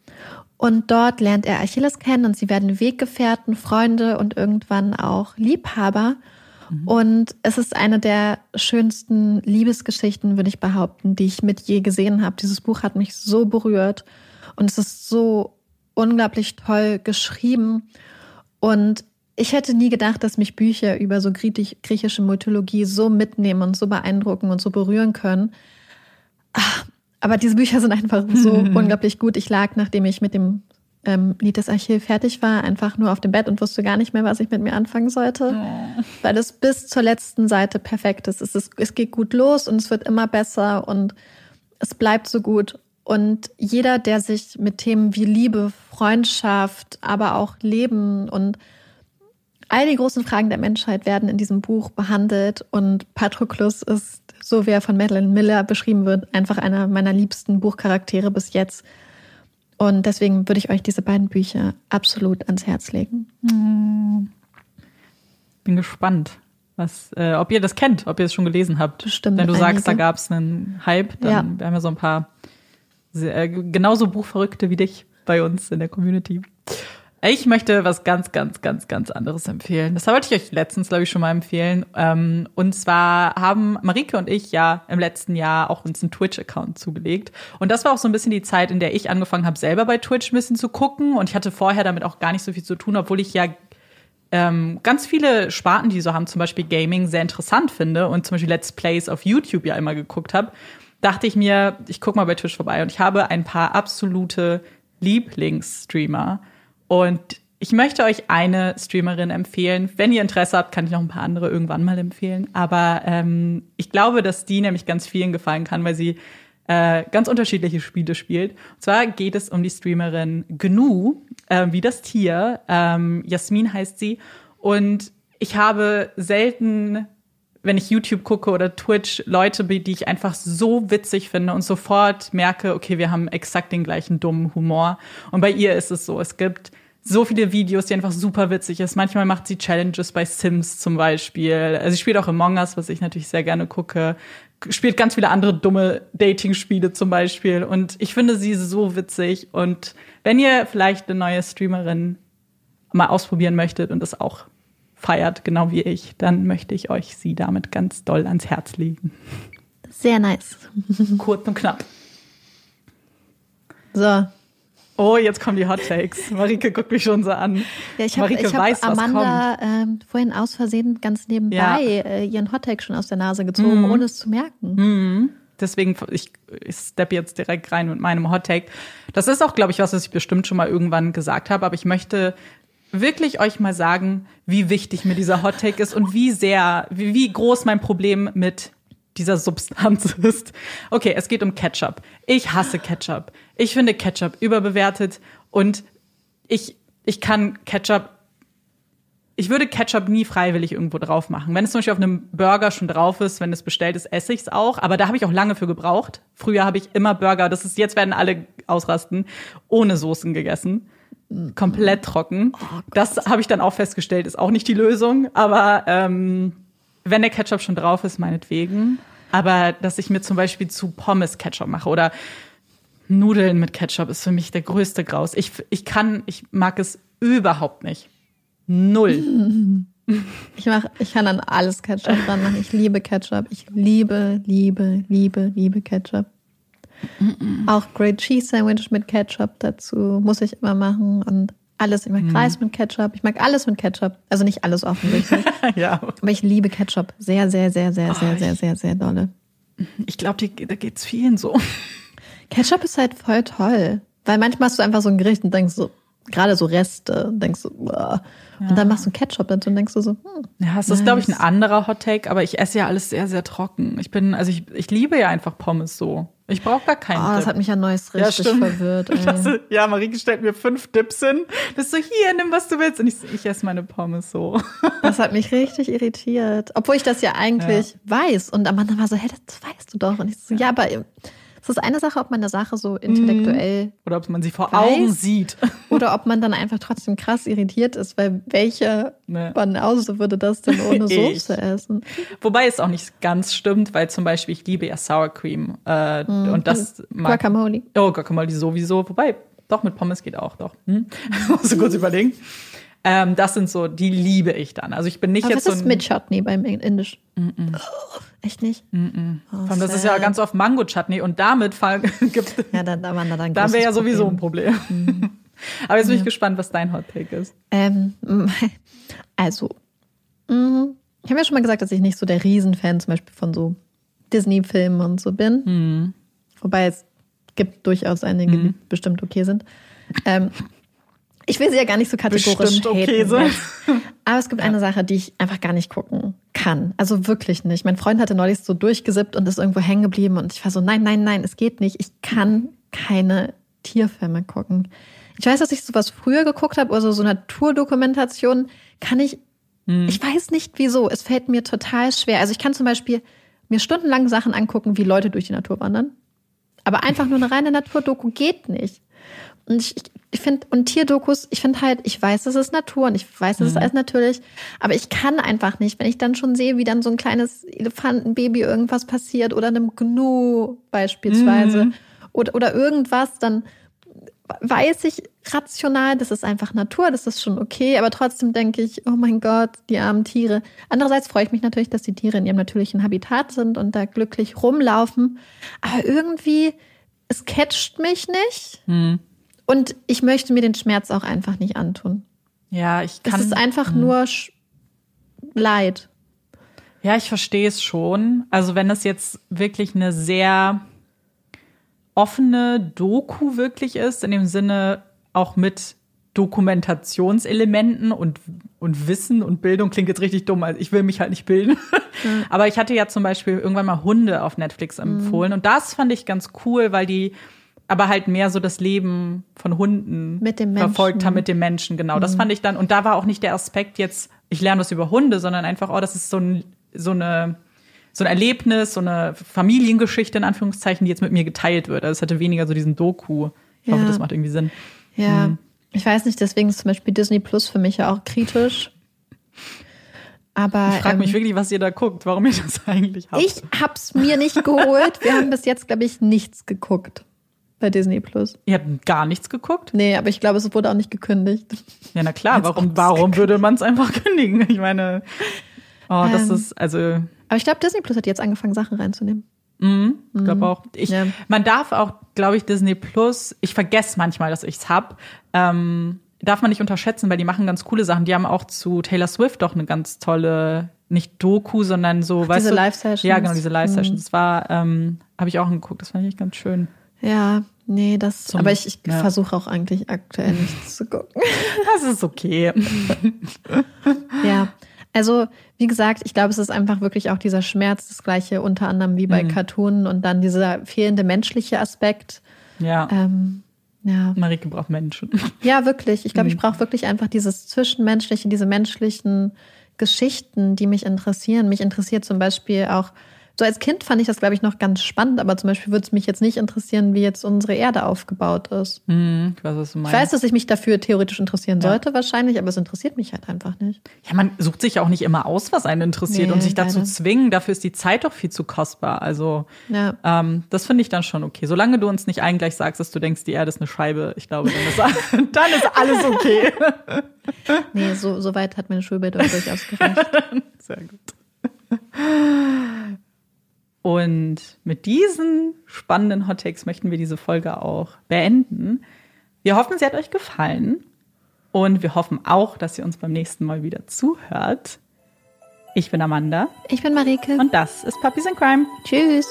Und dort lernt er Achilles kennen und sie werden Weggefährten, Freunde und irgendwann auch Liebhaber. Mhm. Und es ist eine der schönsten Liebesgeschichten, würde ich behaupten, die ich mit je gesehen habe. Dieses Buch hat mich so berührt und es ist so unglaublich toll geschrieben. Und ich hätte nie gedacht, dass mich Bücher über so griechische Mythologie so mitnehmen und so beeindrucken und so berühren können. Aber diese Bücher sind einfach so unglaublich gut. Ich lag, nachdem ich mit dem ähm, Lied des Achill fertig war, einfach nur auf dem Bett und wusste gar nicht mehr, was ich mit mir anfangen sollte. Oh. Weil es bis zur letzten Seite perfekt ist. Es ist. Es geht gut los und es wird immer besser und es bleibt so gut. Und jeder, der sich mit Themen wie Liebe, Freundschaft, aber auch Leben und all die großen Fragen der Menschheit werden in diesem Buch behandelt. Und Patroklus ist, so wie er von Madeline Miller beschrieben wird, einfach einer meiner liebsten Buchcharaktere bis jetzt. Und deswegen würde ich euch diese beiden Bücher absolut ans Herz legen. Bin gespannt, was, äh, ob ihr das kennt, ob ihr es schon gelesen habt. Bestimmt. Wenn du einige. sagst, da gab es einen Hype, dann ja. wir haben ja so ein paar sehr, genauso Buchverrückte wie dich bei uns in der Community. Ich möchte was ganz, ganz, ganz, ganz anderes empfehlen. Das wollte ich euch letztens, glaube ich, schon mal empfehlen. Und zwar haben Marike und ich ja im letzten Jahr auch uns einen Twitch-Account zugelegt. Und das war auch so ein bisschen die Zeit, in der ich angefangen habe, selber bei Twitch ein bisschen zu gucken. Und ich hatte vorher damit auch gar nicht so viel zu tun, obwohl ich ja ähm, ganz viele Sparten, die so haben, zum Beispiel Gaming, sehr interessant finde und zum Beispiel Let's Plays auf YouTube ja immer geguckt habe. Dachte ich mir, ich gucke mal bei Twitch vorbei. Und ich habe ein paar absolute Lieblingsstreamer. Und ich möchte euch eine Streamerin empfehlen. Wenn ihr Interesse habt, kann ich noch ein paar andere irgendwann mal empfehlen. Aber ähm, ich glaube, dass die nämlich ganz vielen gefallen kann, weil sie äh, ganz unterschiedliche Spiele spielt. Und zwar geht es um die Streamerin Gnu, äh, wie das Tier. Ähm, Jasmin heißt sie. Und ich habe selten, wenn ich YouTube gucke oder Twitch, Leute, die ich einfach so witzig finde und sofort merke, okay, wir haben exakt den gleichen dummen Humor. Und bei ihr ist es so, es gibt so viele Videos, die einfach super witzig ist. Manchmal macht sie Challenges bei Sims zum Beispiel. Also sie spielt auch Among Us, was ich natürlich sehr gerne gucke. Spielt ganz viele andere dumme Dating-Spiele zum Beispiel. Und ich finde sie so witzig. Und wenn ihr vielleicht eine neue Streamerin mal ausprobieren möchtet und das auch feiert, genau wie ich, dann möchte ich euch sie damit ganz doll ans Herz legen. Sehr nice. Kurz und knapp. So. Oh, jetzt kommen die Hot Takes. Marike guckt mich schon so an. Ja, ich habe hab Amanda ähm, vorhin aus Versehen ganz nebenbei ja. äh, ihren Hot Take schon aus der Nase gezogen, mhm. ohne es zu merken. Mhm. Deswegen, ich, ich steppe jetzt direkt rein mit meinem Hot Take. Das ist auch, glaube ich, was, was ich bestimmt schon mal irgendwann gesagt habe, aber ich möchte wirklich euch mal sagen, wie wichtig mir dieser Hot Take ist und wie sehr, wie, wie groß mein Problem mit dieser Substanz ist. Okay, es geht um Ketchup. Ich hasse Ketchup. Ich finde Ketchup überbewertet und ich, ich kann Ketchup, ich würde Ketchup nie freiwillig irgendwo drauf machen. Wenn es zum Beispiel auf einem Burger schon drauf ist, wenn es bestellt ist, esse ich es auch. Aber da habe ich auch lange für gebraucht. Früher habe ich immer Burger, das ist, jetzt werden alle ausrasten, ohne Soßen gegessen. Komplett trocken. Oh, das habe ich dann auch festgestellt, ist auch nicht die Lösung. Aber ähm, wenn der Ketchup schon drauf ist, meinetwegen. Aber dass ich mir zum Beispiel zu Pommes Ketchup mache oder Nudeln mit Ketchup ist für mich der größte Graus. Ich, ich kann, ich mag es überhaupt nicht. Null. Ich mach, ich kann an alles Ketchup dran machen. Ich liebe Ketchup. Ich liebe, liebe, liebe, liebe Ketchup. Mm-mm. Auch Great Cheese Sandwich mit Ketchup dazu muss ich immer machen und alles. Ich mag mm. Reis mit Ketchup. Ich mag alles mit Ketchup. Also nicht alles offensichtlich. Ja. Aber ich liebe Ketchup sehr, sehr, sehr, sehr, oh, sehr, sehr, sehr, sehr dolle. Ich glaube, da geht's vielen so. Ketchup ist halt voll toll. Weil manchmal hast du einfach so ein Gericht und denkst so, gerade so Reste, und denkst so, boah. Ja. Und dann machst du Ketchup dazu und denkst du so, hm, ja, es nice. Ist, glaube ich, ein anderer Hot Take, aber ich esse ja alles sehr, sehr trocken. Ich bin, also ich, ich liebe ja einfach Pommes so. Ich brauche gar keinen Oh, Dip. Das hat mich ja neues richtig ja, verwirrt. Ey. Das, ja, Marike stellt mir fünf Dips hin. Das ist so, hier, nimm, was du willst. Und ich, ich esse meine Pommes so. Das hat mich richtig irritiert. Obwohl ich das ja eigentlich ja. weiß. Und Amanda war so, hey, das weißt du doch. Und ich so, ja, aber es ist eine Sache, ob man eine Sache so intellektuell oder ob man sie vor weiß, Augen sieht. Oder ob man dann einfach trotzdem krass irritiert ist, weil welche ne. Banause würde das denn ohne Soße essen? Wobei es auch nicht ganz stimmt, weil zum Beispiel ich liebe ja Sour Cream. Äh, mm. Und das mag, Guacamole. Oh, Guacamole sowieso. Wobei, doch, mit Pommes geht auch, doch. Hm? Musst du kurz überlegen. Ähm, das sind so, die liebe ich dann. Also ich bin nicht Aber jetzt was so ist mit Chutney beim Indisch? Mm-mm. Oh, echt nicht? Mm-mm. Oh, das sad. Ist ja ganz oft Mango-Chutney und damit gibt ja, dann, da war dann dann wäre ja sowieso ein Problem. Mhm. Aber jetzt bin ja. ich gespannt, was dein Hot Take ist. Ähm, also, mh, ich habe ja schon mal gesagt, dass ich nicht so der Riesenfan zum Beispiel von so Disney-Filmen und so bin. Mhm. Wobei es gibt durchaus einige, mhm. die bestimmt okay sind. Ähm, Ich will sie ja gar nicht so kategorisch Bestimmt okay sein. Aber es gibt ja. eine Sache, die ich einfach gar nicht gucken kann. Also wirklich nicht. Mein Freund hatte neulich so durchgesippt und ist irgendwo hängen geblieben. Und ich war so, nein, nein, nein, es geht nicht. Ich kann keine Tierfilme gucken. Ich weiß, dass ich sowas früher geguckt habe, also so Naturdokumentation kann ich, hm. ich weiß nicht wieso. Es fällt mir total schwer. Also ich kann zum Beispiel mir stundenlang Sachen angucken, wie Leute durch die Natur wandern. Aber einfach nur eine reine Naturdoku geht nicht. Und ich, ich finde, und Tierdokus, ich finde halt, ich weiß, das ist Natur und ich weiß, das ist alles natürlich, aber ich kann einfach nicht, wenn ich dann schon sehe, wie dann so ein kleines Elefantenbaby irgendwas passiert oder einem Gnu beispielsweise mhm. oder, oder irgendwas, dann weiß ich rational, das ist einfach Natur, das ist schon okay, aber trotzdem denke ich, oh mein Gott, die armen Tiere. Andererseits freue ich mich natürlich, dass die Tiere in ihrem natürlichen Habitat sind und da glücklich rumlaufen, aber irgendwie, es catcht mich nicht hm. und ich möchte mir den Schmerz auch einfach nicht antun. Ja, ich kann... Das ist einfach hm. nur Sch- Leid. Ja, ich verstehe es schon. Also wenn es jetzt wirklich eine sehr offene Doku wirklich ist, in dem Sinne auch mit Dokumentationselementen und, und Wissen und Bildung, klingt jetzt richtig dumm, also ich will mich halt nicht bilden. Mhm. Aber ich hatte ja zum Beispiel irgendwann mal Hunde auf Netflix empfohlen mhm. und das fand ich ganz cool, weil die aber halt mehr so das Leben von Hunden mit dem verfolgt haben, mit dem Menschen, genau. Mhm. Das fand ich dann, und da war auch nicht der Aspekt jetzt, ich lerne was über Hunde, sondern einfach, oh, das ist so, ein, so eine so ein Erlebnis, so eine Familiengeschichte in Anführungszeichen, die jetzt mit mir geteilt wird. Also es hatte weniger so diesen Doku. Ich ja. hoffe, das macht irgendwie Sinn. Ja, hm. ich weiß nicht, deswegen ist zum Beispiel Disney Plus für mich ja auch kritisch. Aber ich frage ähm, mich wirklich, was ihr da guckt, warum ihr das eigentlich habt. Ich hab's mir nicht geholt. Wir haben bis jetzt, glaube ich, nichts geguckt bei Disney Plus. Ihr habt gar nichts geguckt? Nee, aber ich glaube, es wurde auch nicht gekündigt. Ja, na klar, warum, warum würde man es einfach kündigen? Ich meine, oh, das ähm, ist, also... Aber ich glaube, Disney Plus hat jetzt angefangen, Sachen reinzunehmen. Mhm, ich glaube auch. Ich, ja. Man darf auch, glaube ich, Disney Plus, ich vergesse manchmal, dass ich es hab, ähm, darf man nicht unterschätzen, weil die machen ganz coole Sachen. Die haben auch zu Taylor Swift doch eine ganz tolle, nicht Doku, sondern so, Ach, weißt diese du? Live-Sessions. Ja, genau, diese Live-Sessions. Mhm. Das war, ähm, habe ich auch geguckt, das fand ich ganz schön. Ja, nee, das, Zum, aber ich, ich ja. versuche auch eigentlich aktuell nichts zu gucken. Das ist okay. Ja. Also, wie gesagt, ich glaube, es ist einfach wirklich auch dieser Schmerz, das Gleiche unter anderem wie bei mhm. Cartoonen und dann dieser fehlende menschliche Aspekt. Ja. Ähm, ja. Marike braucht Menschen. Ja, wirklich. Ich glaube, mhm. ich brauche wirklich einfach dieses Zwischenmenschliche, diese menschlichen Geschichten, die mich interessieren. Mich interessiert zum Beispiel auch, so als Kind fand ich das, glaube ich, noch ganz spannend, aber zum Beispiel würde es mich jetzt nicht interessieren, wie jetzt unsere Erde aufgebaut ist. Mhm, ich weiß, was du meinst. Ich weiß, dass ich mich dafür theoretisch interessieren ja. sollte wahrscheinlich, aber es interessiert mich halt einfach nicht. Ja, man sucht sich ja auch nicht immer aus, was einen interessiert, nee, und sich dazu leider. zwingen, dafür ist die Zeit doch viel zu kostbar. Also ja. ähm, das finde ich dann schon okay. Solange du uns nicht allen gleich sagst, dass du denkst, die Erde ist eine Scheibe, ich glaube, dann ist, dann ist alles okay. Nee, so, so weit hat meine Schulbildung durchaus gereicht. Sehr gut. Und mit diesen spannenden Hot Takes möchten wir diese Folge auch beenden. Wir hoffen, sie hat euch gefallen. Und wir hoffen auch, dass ihr uns beim nächsten Mal wieder zuhört. Ich bin Amanda. Ich bin Marike. Und das ist Puppies in Crime. Tschüss.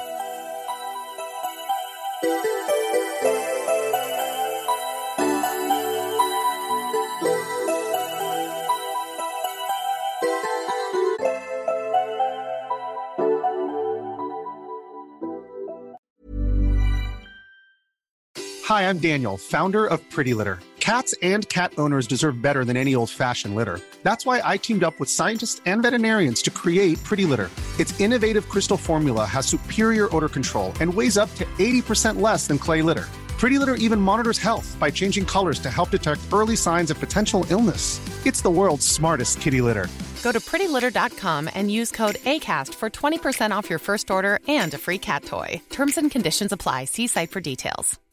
Hi, I'm Daniel, founder of Pretty Litter. Cats and cat owners deserve better than any old-fashioned litter. That's why I teamed up with scientists and veterinarians to create Pretty Litter. Its innovative crystal formula has superior odor control and weighs up to eighty percent less than clay litter. Pretty Litter even monitors health by changing colors to help detect early signs of potential illness. It's the world's smartest kitty litter. Go to pretty litter dot com and use code ACAST for twenty percent off your first order and a free cat toy. Terms and conditions apply. See site for details.